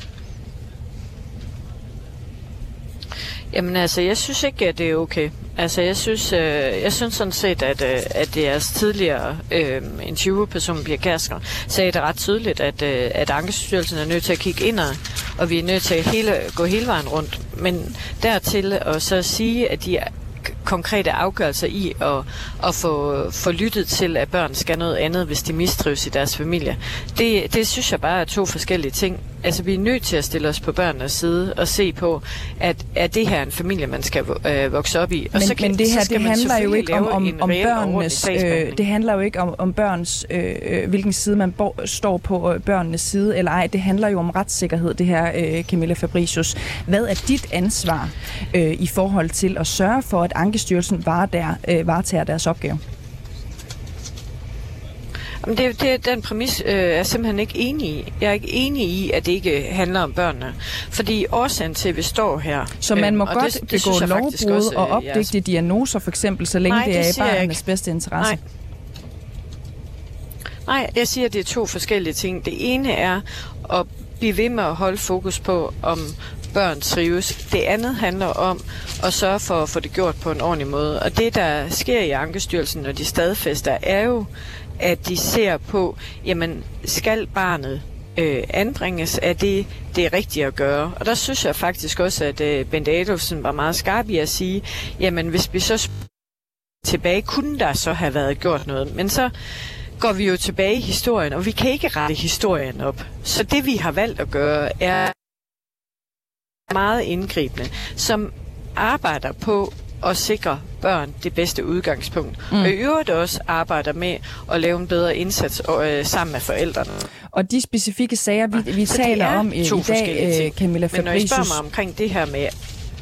Jamen altså, jeg synes ikke, at det er okay. Altså, jeg synes sådan set, at deres tidligere interviewperson, Pia Kjærsgaard, sagde det ret tydeligt, at Ankestyrelsen er nødt til at kigge indad, og vi er nødt til at gå hele vejen rundt. Men dertil at så sige, at de konkrete afgørelser i at få lyttet til, at børn skal noget andet, hvis de mistrives i deres familie. Det synes jeg bare er to forskellige ting. Altså, vi er nødt til at stille os på børnenes side og se på, at det her er en familie, man skal vokse op i. Og men det her, det handler jo ikke om børnenes, det handler jo ikke om børns, hvilken side man står på børnenes side, eller ej. Det handler jo om retssikkerhed, det her, Camilla Fabricius. Hvad er dit ansvar i forhold til at sørge for, at Ankestyrelsen varetager deres opgave? Den præmis er simpelthen ikke enig i. Jeg er ikke enig i, at det ikke handler om børnene. Fordi årsagen til, at vi står her... Så man må godt begå lovbrud og opdigte diagnoser, for eksempel, så længe det er i barnets bedste interesse? Nej, jeg siger, at det er to forskellige ting. Det ene er at blive ved med at holde fokus på, om børn trives. Det andet handler om at sørge for at få det gjort på en ordentlig måde. Og det, der sker i Ankestyrelsen, når de stadfæster, er jo, at de ser på, jamen, skal barnet anbringes, er det rigtige at gøre. Og der synes jeg faktisk også, at Bent Adolfsen var meget skarp i at sige, jamen, hvis vi så tilbage, kunne der så have været gjort noget. Men så går vi jo tilbage i historien, og vi kan ikke rette historien op. Så det, vi har valgt at gøre, er meget indgribende, som arbejder på at sikre børn det bedste udgangspunkt. Og i øvrigt også arbejder med at lave en bedre indsats sammen med forældrene. Og de specifikke sager, vi taler om i dag, Camilla Fabricius. Men når I spørger mig omkring det her med...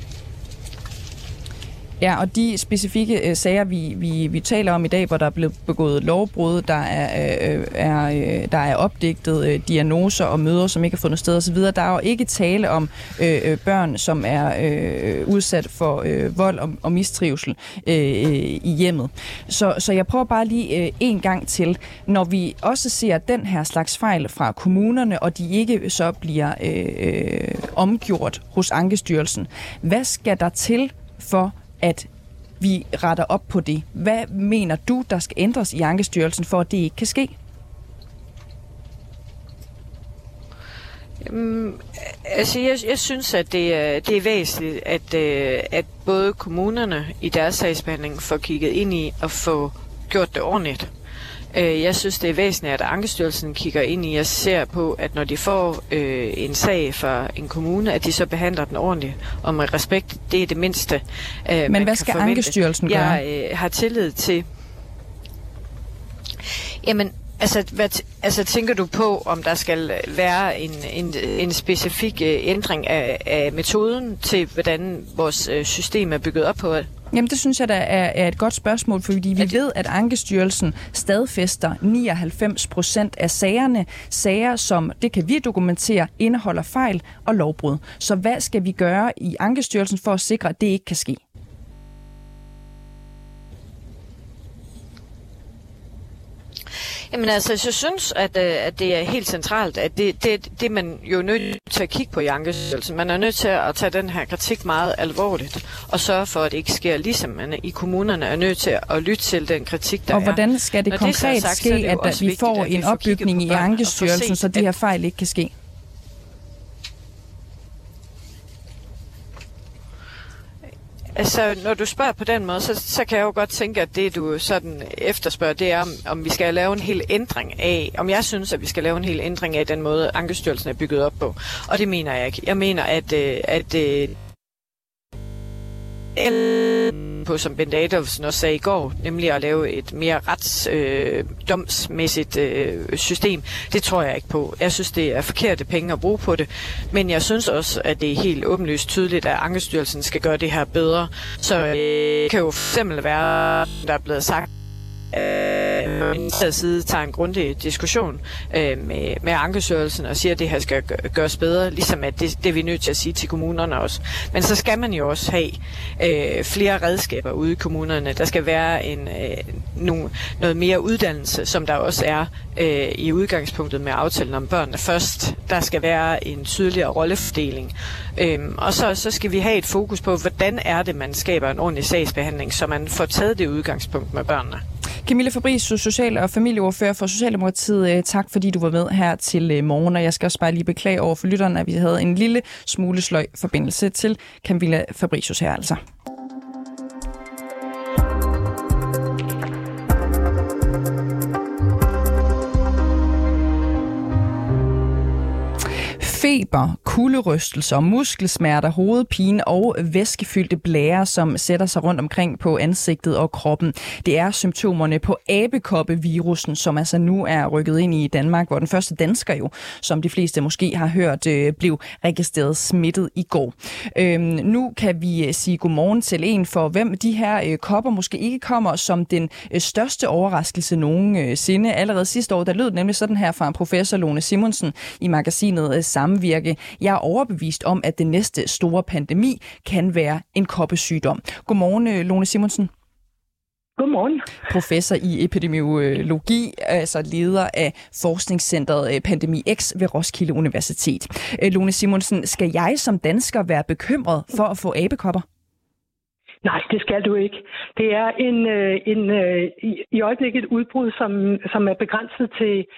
Ja, og de specifikke sager, vi taler om i dag, hvor der er blevet begået lovbrud, der er opdigtet diagnoser og møder, som ikke har fundet sted osv., der er jo ikke tale om børn, som er udsat for vold og mistrivsel i hjemmet. Så jeg prøver bare lige en gang til. Når vi også ser den her slags fejl fra kommunerne, og de ikke så bliver omgjort hos Ankestyrelsen, hvad skal der til for at vi retter op på det? Hvad mener du, der skal ændres i Ankestyrelsen, for at det ikke kan ske? Jeg synes, at det er væsentligt, at både kommunerne i deres sagsbehandling får kigget ind i at få gjort det ordentligt. Jeg synes, det er væsentligt, at Ankestyrelsen kigger ind i og ser på, at når de får en sag fra en kommune, at de så behandler den ordentligt og med respekt. Det er det mindste, Men hvad skal Ankestyrelsen gøre? Jeg har tillid til... Jamen, altså tænker du på, om der skal være en specifik ændring af metoden til, hvordan vores system er bygget op på? Jamen, det synes jeg, der er et godt spørgsmål, fordi vi ved, at Ankestyrelsen stadfæster 99% af sagerne. Sager, som, det kan vi dokumentere, indeholder fejl og lovbrud. Så hvad skal vi gøre i Ankestyrelsen for at sikre, at det ikke kan ske? Jamen altså, jeg synes, at det er helt centralt, at det man jo er nødt til at kigge på i Ankestyrelsen. Man er nødt til at tage den her kritik meget alvorligt og sørge for, at det ikke sker, ligesom man i kommunerne er nødt til at lytte til den kritik, der er. Og hvordan skal det konkret ske, at vi får en opbygning i Ankestyrelsen, så de her fejl ikke kan ske? Altså, når du spørger på den måde, så kan jeg jo godt tænke, at det, du sådan efterspørger, det er, om vi skal lave en hel ændring af, om jeg synes, at vi skal lave en hel ændring af den måde, Ankestyrelsen er bygget op på. Og det mener jeg ikke. Jeg mener, at på, som Bent Adolfsen også sagde i går, nemlig at lave et mere retsdomsmæssigt system. Det tror jeg ikke på. Jeg synes, det er forkerte penge at bruge på det, men jeg synes også, at det er helt åbenlyst tydeligt, at Ankestyrelsen skal gøre det her bedre. Så det kan jo for eksempel være, der er blevet sagt, side tager en grundig diskussion med Ankestyrelsen og siger, at det her skal gøres bedre, ligesom at det er vi nødt til at sige til kommunerne også. Men så skal man jo også have flere redskaber ude i kommunerne. Der skal være noget mere uddannelse, som der også er i udgangspunktet med aftalen om børnene først. Der skal være en tydeligere rollefordeling. Og så skal vi have et fokus på, hvordan er det, man skaber en ordentlig sagsbehandling, så man får taget det udgangspunkt med børnene. Camilla Fabricius, social- og familieordfører for Socialdemokratiet. Tak fordi du var med her til morgen, og jeg skal også bare lige beklage over for lytterne, at vi havde en lille smule sløj forbindelse til Camilla Fabricius her altså. Feber, kulderystelser, muskelsmerter, hovedpine og væskefyldte blærer, som sætter sig rundt omkring på ansigtet og kroppen. Det er symptomerne på abekoppevirussen, som altså nu er rykket ind i Danmark, hvor den første dansker jo, som de fleste måske har hørt, blev registreret smittet i går. Nu kan vi sige godmorgen til en, for hvem de her kopper måske ikke kommer som den største overraskelse nogensinde. Allerede sidste år, der lød nemlig sådan her fra professor Lone Simonsen i magasinet Samvirke. Jeg er overbevist om, at den næste store pandemi kan være en koppesygdom. Godmorgen, Lone Simonsen. Godmorgen. Professor i epidemiologi, altså leder af forskningscentret Pandemi X ved Roskilde Universitet. Lone Simonsen, skal jeg som dansker være bekymret for at få abekopper? Nej, det skal du ikke. Det er i øjeblikket et udbrud, som er begrænset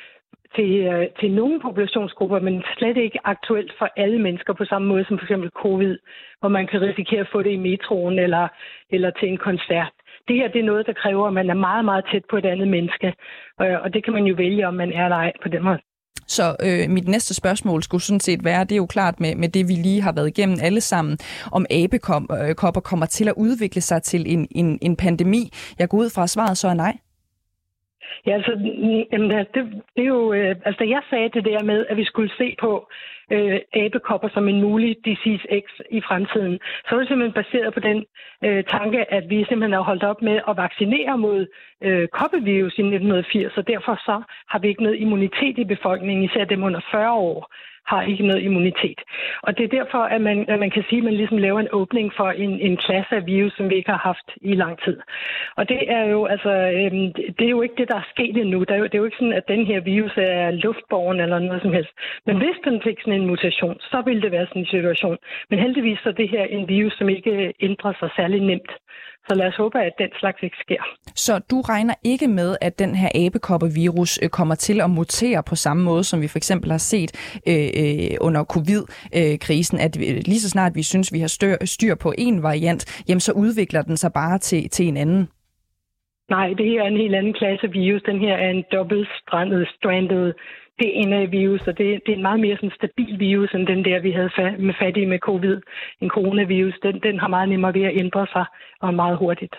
til nogle populationsgrupper, men slet ikke aktuelt for alle mennesker på samme måde som for eksempel covid, hvor man kan risikere at få det i metroen eller til en koncert. Det her det er noget, der kræver, at man er meget, meget tæt på et andet menneske, og det kan man jo vælge, om man er eller ej på den måde. Så mit næste spørgsmål skulle sådan set være, det er jo klart med det, vi lige har været igennem alle sammen, om abekopper kommer til at udvikle sig til en pandemi. Jeg går ud fra, at svaret så er nej. Ja, altså, det er jo, altså jeg sagde det der med, at vi skulle se på abekopper som en mulig disease X i fremtiden. Så er det simpelthen baseret på den tanke, at vi simpelthen har holdt op med at vaccinere mod koppevirus i 1980, og derfor så har vi ikke noget immunitet i befolkningen, især dem under 40 år har ikke noget immunitet. Og det er derfor, at man kan sige, at man ligesom laver en åbning for en klasse af virus, som vi ikke har haft i lang tid. Og det er jo altså, det er jo ikke det, der er sket endnu. Det er jo ikke sådan, at den her virus er luftbåren eller noget som helst. Men hvis den fik sådan en mutation, så ville det være sådan en situation. Men heldigvis er det her en virus, som ikke ændrer sig særlig nemt. Så lad os håbe, at den slags ikke sker. Så du regner ikke med, at den her abekoppevirus kommer til at mutere på samme måde, som vi for eksempel har set under covid-krisen, at lige så snart vi synes, vi har styr på en variant, jamen så udvikler den sig bare til en anden? Nej, det her er en helt anden klasse virus. Den her er en dobbeltstrandet DNA-virus, og det er en meget mere sådan stabil virus, end den der, vi havde fat i med covid. En coronavirus, den har meget nemmere ved at ændre sig, og meget hurtigt.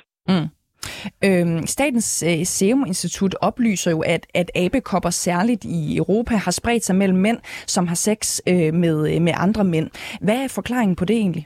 Statens Serum Institut oplyser jo, at abekopper særligt i Europa har spredt sig mellem mænd, som har sex med andre mænd. Hvad er forklaringen på det egentlig?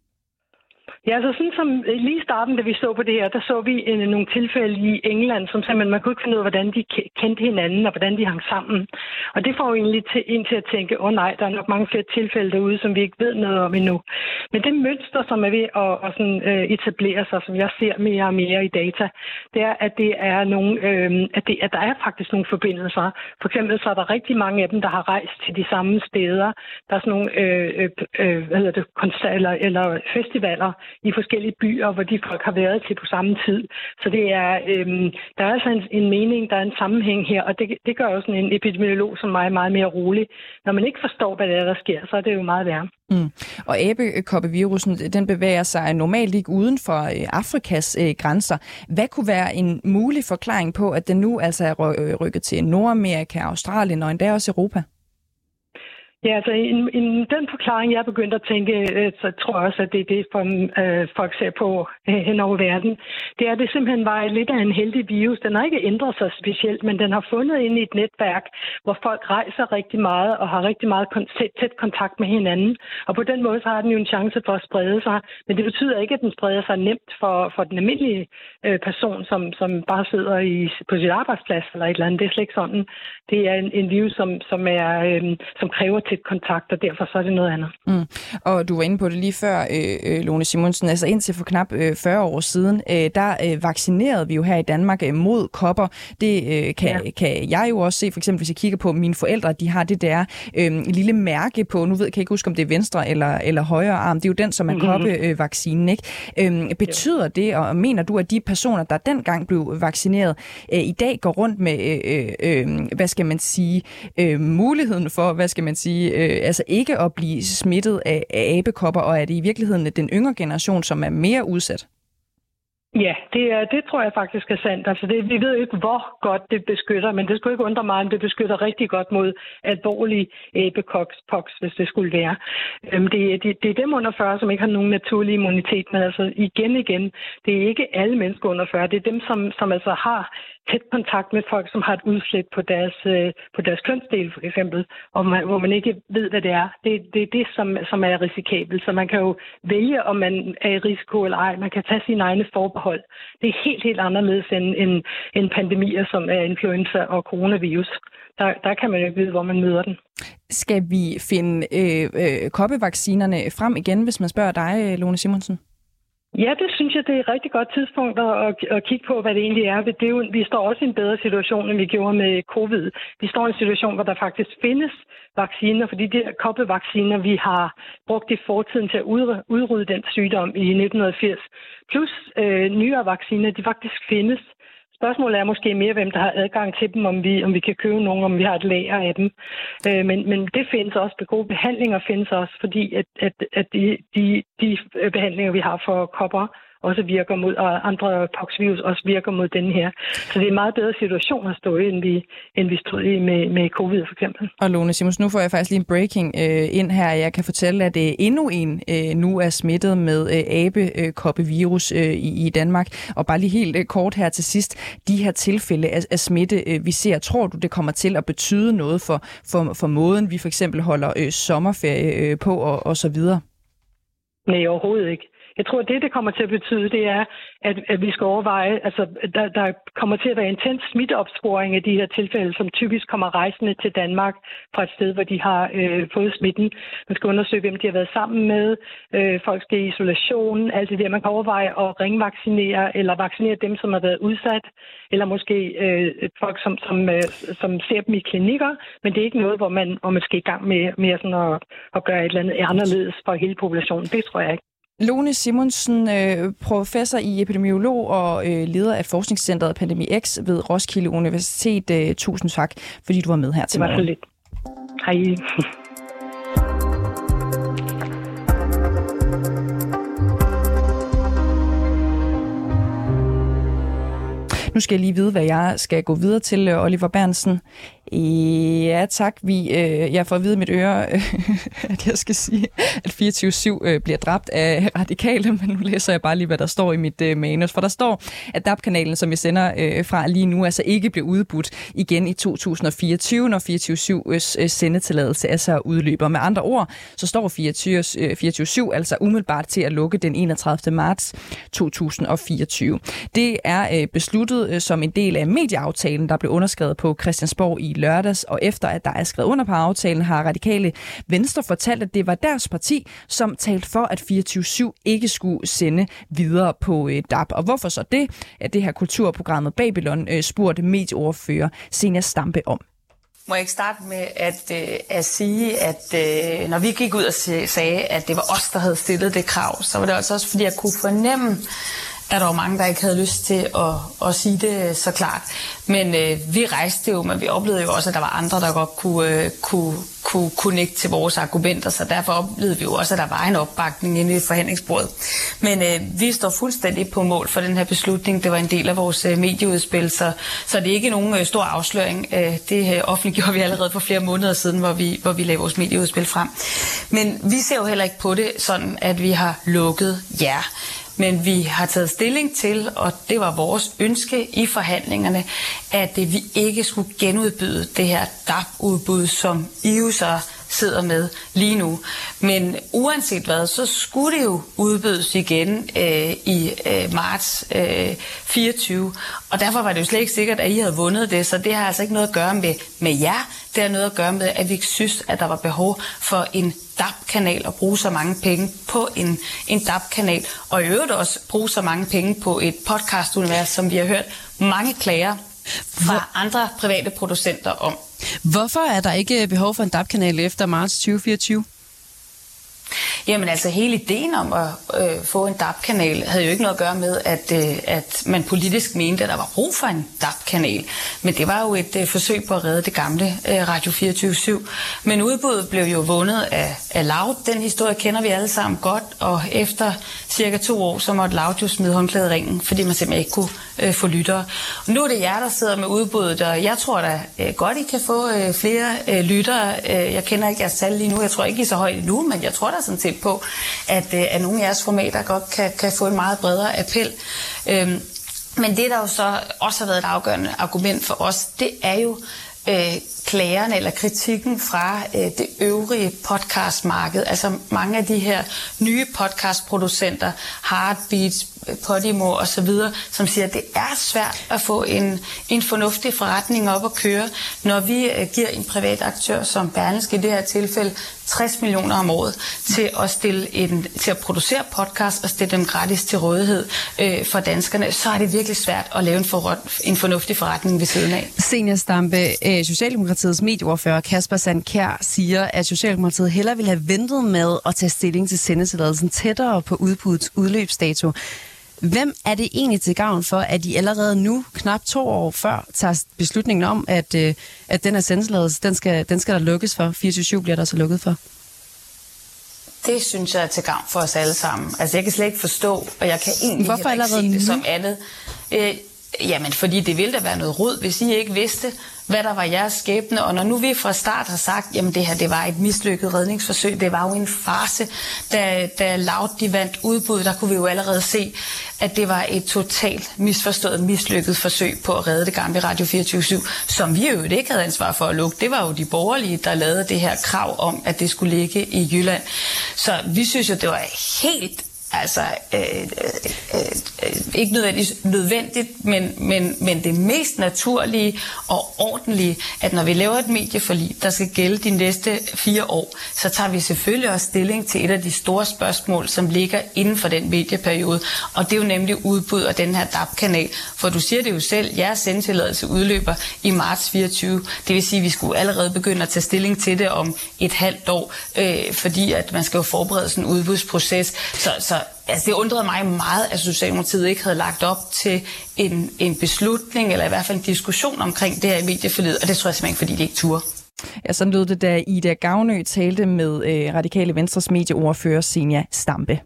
Ja, altså sådan som lige i starten, da vi så på det her, der så vi nogle tilfælde i England, som simpelthen man kunne ikke finde ud af, hvordan de kendte hinanden og hvordan de hang sammen. Og det får jo egentlig en til at tænke, nej, der er nok mange flere tilfælde derude, som vi ikke ved noget om endnu. Men det mønster, som er ved at sådan, etablere sig, som jeg ser mere og mere i data, det er, at det er at der er faktisk nogle forbindelser. For eksempel så er der rigtig mange af dem, der har rejst til de samme steder. Der er sådan nogle koncerter eller festivaler i forskellige byer, hvor de folk har været til på samme tid. Så det er, der er altså en mening, der er en sammenhæng her, og det gør jo sådan en epidemiolog som mig meget mere rolig. Når man ikke forstår, hvad det er, der sker, så er det jo meget værre. Og abekoppevirusen, den bevæger sig normalt ikke uden for Afrikas grænser. Hvad kunne være en mulig forklaring på, at den nu altså er rykket til Nordamerika, Australien og endda også Europa? Ja, altså den forklaring, jeg er begyndt at tænke, så tror jeg også, at det er det, folk ser på hen over verden. Det er, det simpelthen var lidt af en heldig virus. Den har ikke ændret sig specielt, men den har fundet ind i et netværk, hvor folk rejser rigtig meget og har rigtig meget tæt kontakt med hinanden. Og på den måde så har den jo en chance for at sprede sig. Men det betyder ikke, at den spreder sig nemt for den almindelige person, som bare sidder på sit arbejdsplads eller et eller andet. Det er slet ikke sådan. Det er en virus, som kræver tæt kontakt, og derfor så er det noget andet. Og du var inde på det lige før, Lone Simonsen. Altså indtil for knap 40 år siden, der vaccinerede vi jo her i Danmark mod kopper. Det kan jeg jo også se, for eksempel hvis jeg kigger på mine forældre, de har det der lille mærke på, nu kan jeg ikke huske, om det er venstre eller højre arm. Det er jo den, som er koppevaccinen, ikke? Betyder det, og mener du, at de personer, der dengang blev vaccineret, i dag går rundt med, hvad skal man sige, muligheden for, hvad skal man sige, altså ikke at blive smittet af abekopper, og er det i virkeligheden den yngre generation, som er mere udsat? Ja, det tror jeg faktisk er sandt. Altså vi ved ikke, hvor godt det beskytter, men det skulle ikke undre mig, om det beskytter rigtig godt mod alvorlig abepox, hvis det skulle være. Det er dem under 40, som ikke har nogen naturlig immunitet, men altså igen, det er ikke alle mennesker under 40. Det er dem, som altså har tæt kontakt med folk, som har et udslæt på deres kønsdel, for eksempel, og hvor man ikke ved, hvad det er. Det er det, som er risikabelt. Så man kan jo vælge, om man er i risiko eller ej. Man kan tage sine egne forbehold. Det er helt anderledes end pandemier, som er influenza og coronavirus. Der kan man jo ikke vide, hvor man møder den. Skal vi finde koppevaccinerne frem igen, hvis man spørger dig, Lone Simonsen? Ja, det synes jeg, det er et rigtig godt tidspunkt at kigge på, hvad det egentlig er. Det er jo, vi står også i en bedre situation, end vi gjorde med covid. Vi står i en situation, hvor der faktisk findes vacciner, fordi de her koppevacciner, vi har brugt i fortiden til at udrydde den sygdom i 1980, plus nyere vacciner, de faktisk findes. Spørgsmålet er måske mere, hvem der har adgang til dem, om vi kan købe nogen, om vi har et lager af dem. Men det findes også. De gode behandlinger findes også, fordi at de behandlinger, vi har for kopper, også virker mod, og andre poxvirus også virker mod den her. Så det er en meget bedre situation at stå i, end vi stod i med covid for eksempel. Og Lone Simonsen, nu får jeg faktisk lige en breaking ind her. Jeg kan fortælle, at endnu en nu er smittet med abekoppevirus i Danmark. Og bare lige helt kort her til sidst. De her tilfælde af smitte, vi ser, tror du, det kommer til at betyde noget for måden, vi for eksempel holder sommerferie på og så videre? Nej, overhovedet ikke. Jeg tror, at det kommer til at betyde, det er, at vi skal overveje, altså der kommer til at være intens smitteopsporing af de her tilfælde, som typisk kommer rejsende til Danmark fra et sted, hvor de har fået smitten. Man skal undersøge, hvem de har været sammen med. Folk skal i isolation, alt det der. Man kan overveje at ringvaccinere eller vaccinere dem, som har været udsat, eller måske folk, som ser dem i klinikker, men det er ikke noget, hvor man skal i gang med sådan at gøre et eller andet anderledes for hele populationen. Det tror jeg ikke. Lone Simonsen, professor i epidemiolog og leder af forskningscentret Pandemi X ved Roskilde Universitet. Tusind tak, fordi du var med her til morgen. Det var så lidt. Hej. Nu skal jeg lige vide, hvad jeg skal gå videre til, Oliver Berntsen. Ja, tak. Jeg får at vide i mit øre, at jeg skal sige, at 24/7 bliver dræbt af radikale, men nu læser jeg bare lige, hvad der står i mit manus. For der står, at DAB-kanalen, som vi sender fra lige nu, altså ikke bliver udbudt igen i 2024, når 24/7's sendetilladelse altså udløber. Med andre ord, så står 24/7 altså umiddelbart til at lukke den 31. marts 2024. Det er besluttet som en del af medieaftalen, der blev underskrevet på Christiansborg i lørdags, og efter at der er skrevet under på aftalen, har Radikale Venstre fortalt, at det var deres parti, som talte for, at 24/7 ikke skulle sende videre på DAB. Og hvorfor så det? At det her kulturprogrammet Babylon spurgte medieordfører Zenia Stampe om. Må jeg ikke starte med at sige, at når vi gik ud og sagde, at det var os, der havde stillet det krav, så var det også fordi, jeg kunne fornemme, at der var mange, der ikke havde lyst til at sige det så klart. Men vi rejste jo, men vi oplevede jo også, at der var andre, der godt kunne connecte til vores argumenter, så derfor oplevede vi jo også, at der var en opbakning inde i forhandlingsbordet. Men vi står fuldstændig på mål for den her beslutning. Det var en del af vores medieudspil, så det er ikke nogen stor afsløring. Det offentliggjorde vi allerede for flere måneder siden, hvor vi lagde vores medieudspil frem. Men vi ser jo heller ikke på det sådan, at vi har lukket jer. Men vi har taget stilling til, og det var vores ønske i forhandlingerne, at vi ikke skulle genudbyde det her DAB-udbud, som I jo så sidder med lige nu. Men uanset hvad, så skulle det jo udbydes igen i marts 24. Og derfor var det jo slet ikke sikkert, at I havde vundet det, så det har altså ikke noget at gøre med jer. Det har noget at gøre med, at vi ikke synes, at der var behov for en DAB-kanal og bruge så mange penge på en DAB-kanal. Og i øvrigt også bruge så mange penge på et podcast-univers, som vi har hørt mange klager fra andre private producenter om. Hvorfor er der ikke behov for en DAB-kanal efter marts 2024? Jamen altså hele ideen om at få en DAB-kanal havde jo ikke noget at gøre med, at man politisk mente, at der var brug for en DAB-kanal. Men det var jo et forsøg på at redde det gamle Radio 24/7. Men udbuddet blev jo vundet af Loud. Den historie kender vi alle sammen godt. Og efter cirka 2 år, så måtte Loud jo smide håndklædet i ringen, fordi man simpelthen ikke kunne få lyttere. Og nu er det jer, der sidder med udbuddet, og jeg tror da godt, I kan få flere lyttere. Jeg kender ikke jeres tal lige nu. Jeg tror ikke, I er så højt endnu, men jeg tror da sådan set på, at nogle af jeres formater godt kan få en meget bredere appel. Men det, der jo så også har været et afgørende argument for os, det er jo klagerne eller kritikken fra det øvrige podcastmarked. Altså mange af de her nye podcastproducenter, Heartbeats, Podimo og så videre, som siger, at det er svært at få en fornuftig forretning op at køre, når vi giver en privat aktør, som Berlingske i det her tilfælde, 60 millioner om året til at producere podcast og stille dem gratis til rådighed for danskerne, så er det virkelig svært at lave en fornuftig forretning ved siden af. Zenia Stampe, Socialdemokratiets medieordfører Kasper Sandkjær siger, at Socialdemokratiet hellere ville have ventet med at tage stilling til sendetilladelsen tættere på udbuddets udløbsdato. Hvem er det egentlig til gavn for, at de allerede nu, knap 2 år før, tager beslutningen om, at den her sendetilladelse, den skal der lukkes for? 24/7 bliver der så lukket for. Det synes jeg er til gavn for os alle sammen. Altså jeg kan slet ikke forstå, og jeg kan egentlig ikke se det som andet. Jamen, fordi det ville da være noget rod, hvis I ikke vidste, hvad der var jeres skæbne. Og når nu vi fra start har sagt, jamen det her, det var et mislykket redningsforsøg, det var jo en farce, da Loud de vandt udbud, der kunne vi jo allerede se, at det var et totalt misforstået, mislykket forsøg på at redde det gamle Radio 24/7, som vi jo ikke havde ansvar for at lukke. Det var jo de borgerlige, der lavede det her krav om, at det skulle ligge i Jylland. Så vi synes jo, det var helt ikke nødvendigt, men det mest naturlige og ordentlige, at når vi laver et medieforlig, der skal gælde de næste 4 år, så tager vi selvfølgelig også stilling til et af de store spørgsmål, som ligger inden for den medieperiode, og det er jo nemlig udbud af den her DAB-kanal. For du siger det jo selv, jeres sendetilladelse udløber i marts 24. Det vil sige, at vi skulle allerede begynde at tage stilling til det om et halvt år, fordi at man skal jo forberede sådan en udbudsproces. Så altså, det undrede mig meget, at Socialdemokratiet ikke havde lagt op til en beslutning, eller i hvert fald en diskussion omkring det her i medieforliget, og det tror jeg simpelthen ikke, fordi de ikke turde. Ja, sådan lød det, da Ida Gavnø talte med Radikale Venstres medieordfører Zenia Stampe.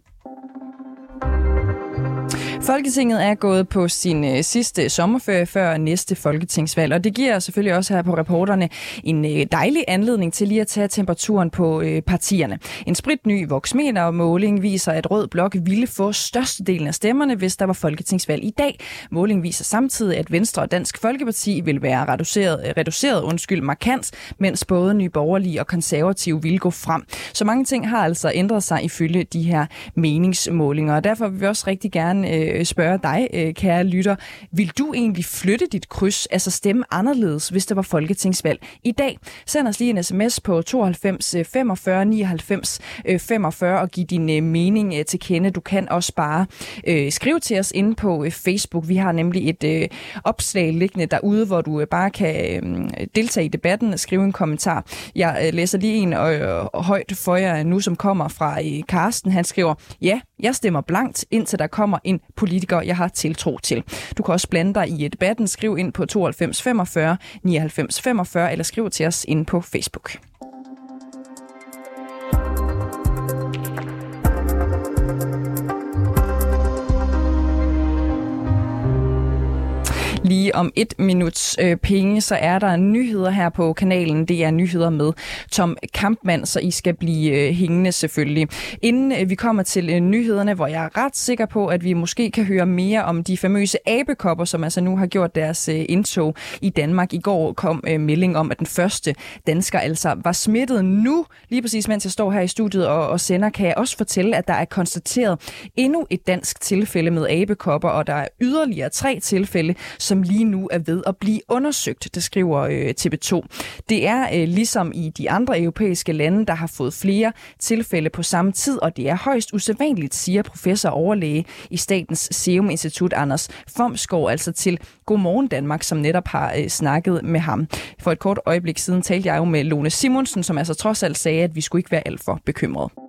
Folketinget er gået på sin sidste sommerferie før næste folketingsvalg, og det giver selvfølgelig også her på Reporterne en dejlig anledning til lige at tage temperaturen på partierne. En spritny Voxmeter-måling viser, at Rød Blok ville få størstedelen af stemmerne, hvis der var folketingsvalg i dag. Målingen viser samtidig, at Venstre og Dansk Folkeparti vil være reduceret markant, mens både Nye Borgerlige og Konservative vil gå frem. Så mange ting har altså ændret sig ifølge de her meningsmålinger, og derfor vil vi også rigtig gerne spørge dig, kære lytter. Vil du egentlig flytte dit kryds, altså stemme anderledes, hvis der var folketingsvalg i dag? Send os lige en sms på 92 45 99 45 og giv din mening til kende. Du kan også bare skrive til os inde på Facebook. Vi har nemlig et opslag liggende derude, hvor du bare kan deltage i debatten og skrive en kommentar. Jeg læser lige en højt for jer nu, som kommer fra Karsten. Han skriver, ja, jeg stemmer blankt, indtil der kommer en politiker, jeg har tiltro til. Du kan også blande dig i debatten. Skriv ind på 92 45 99 45 eller skriv til os inde på Facebook. Lige om 1 minuts penge, så er der nyheder her på kanalen. Det er nyheder med Tom Kampmann, så I skal blive hængende selvfølgelig. Inden vi kommer til nyhederne, hvor jeg er ret sikker på, at vi måske kan høre mere om de famøse abekopper, som altså nu har gjort deres indtog i Danmark. I går kom melding om, at den første dansker altså var smittet. Nu, lige præcis mens jeg står her i studiet og sender, kan jeg også fortælle, at der er konstateret endnu et dansk tilfælde med abekopper, og der er yderligere 3 tilfælde, som lige nu er ved at blive undersøgt, det skriver TV2. Det er ligesom i de andre europæiske lande, der har fået flere tilfælde på samme tid, og det er højst usædvanligt, siger professor overlæge i Statens Serum Institut, Anders Fomsgaard, altså til Godmorgen Danmark, som netop har snakket med ham. For et kort øjeblik siden talte jeg jo med Lone Simonsen, som altså trods alt sagde, at vi skulle ikke være alt for bekymrede.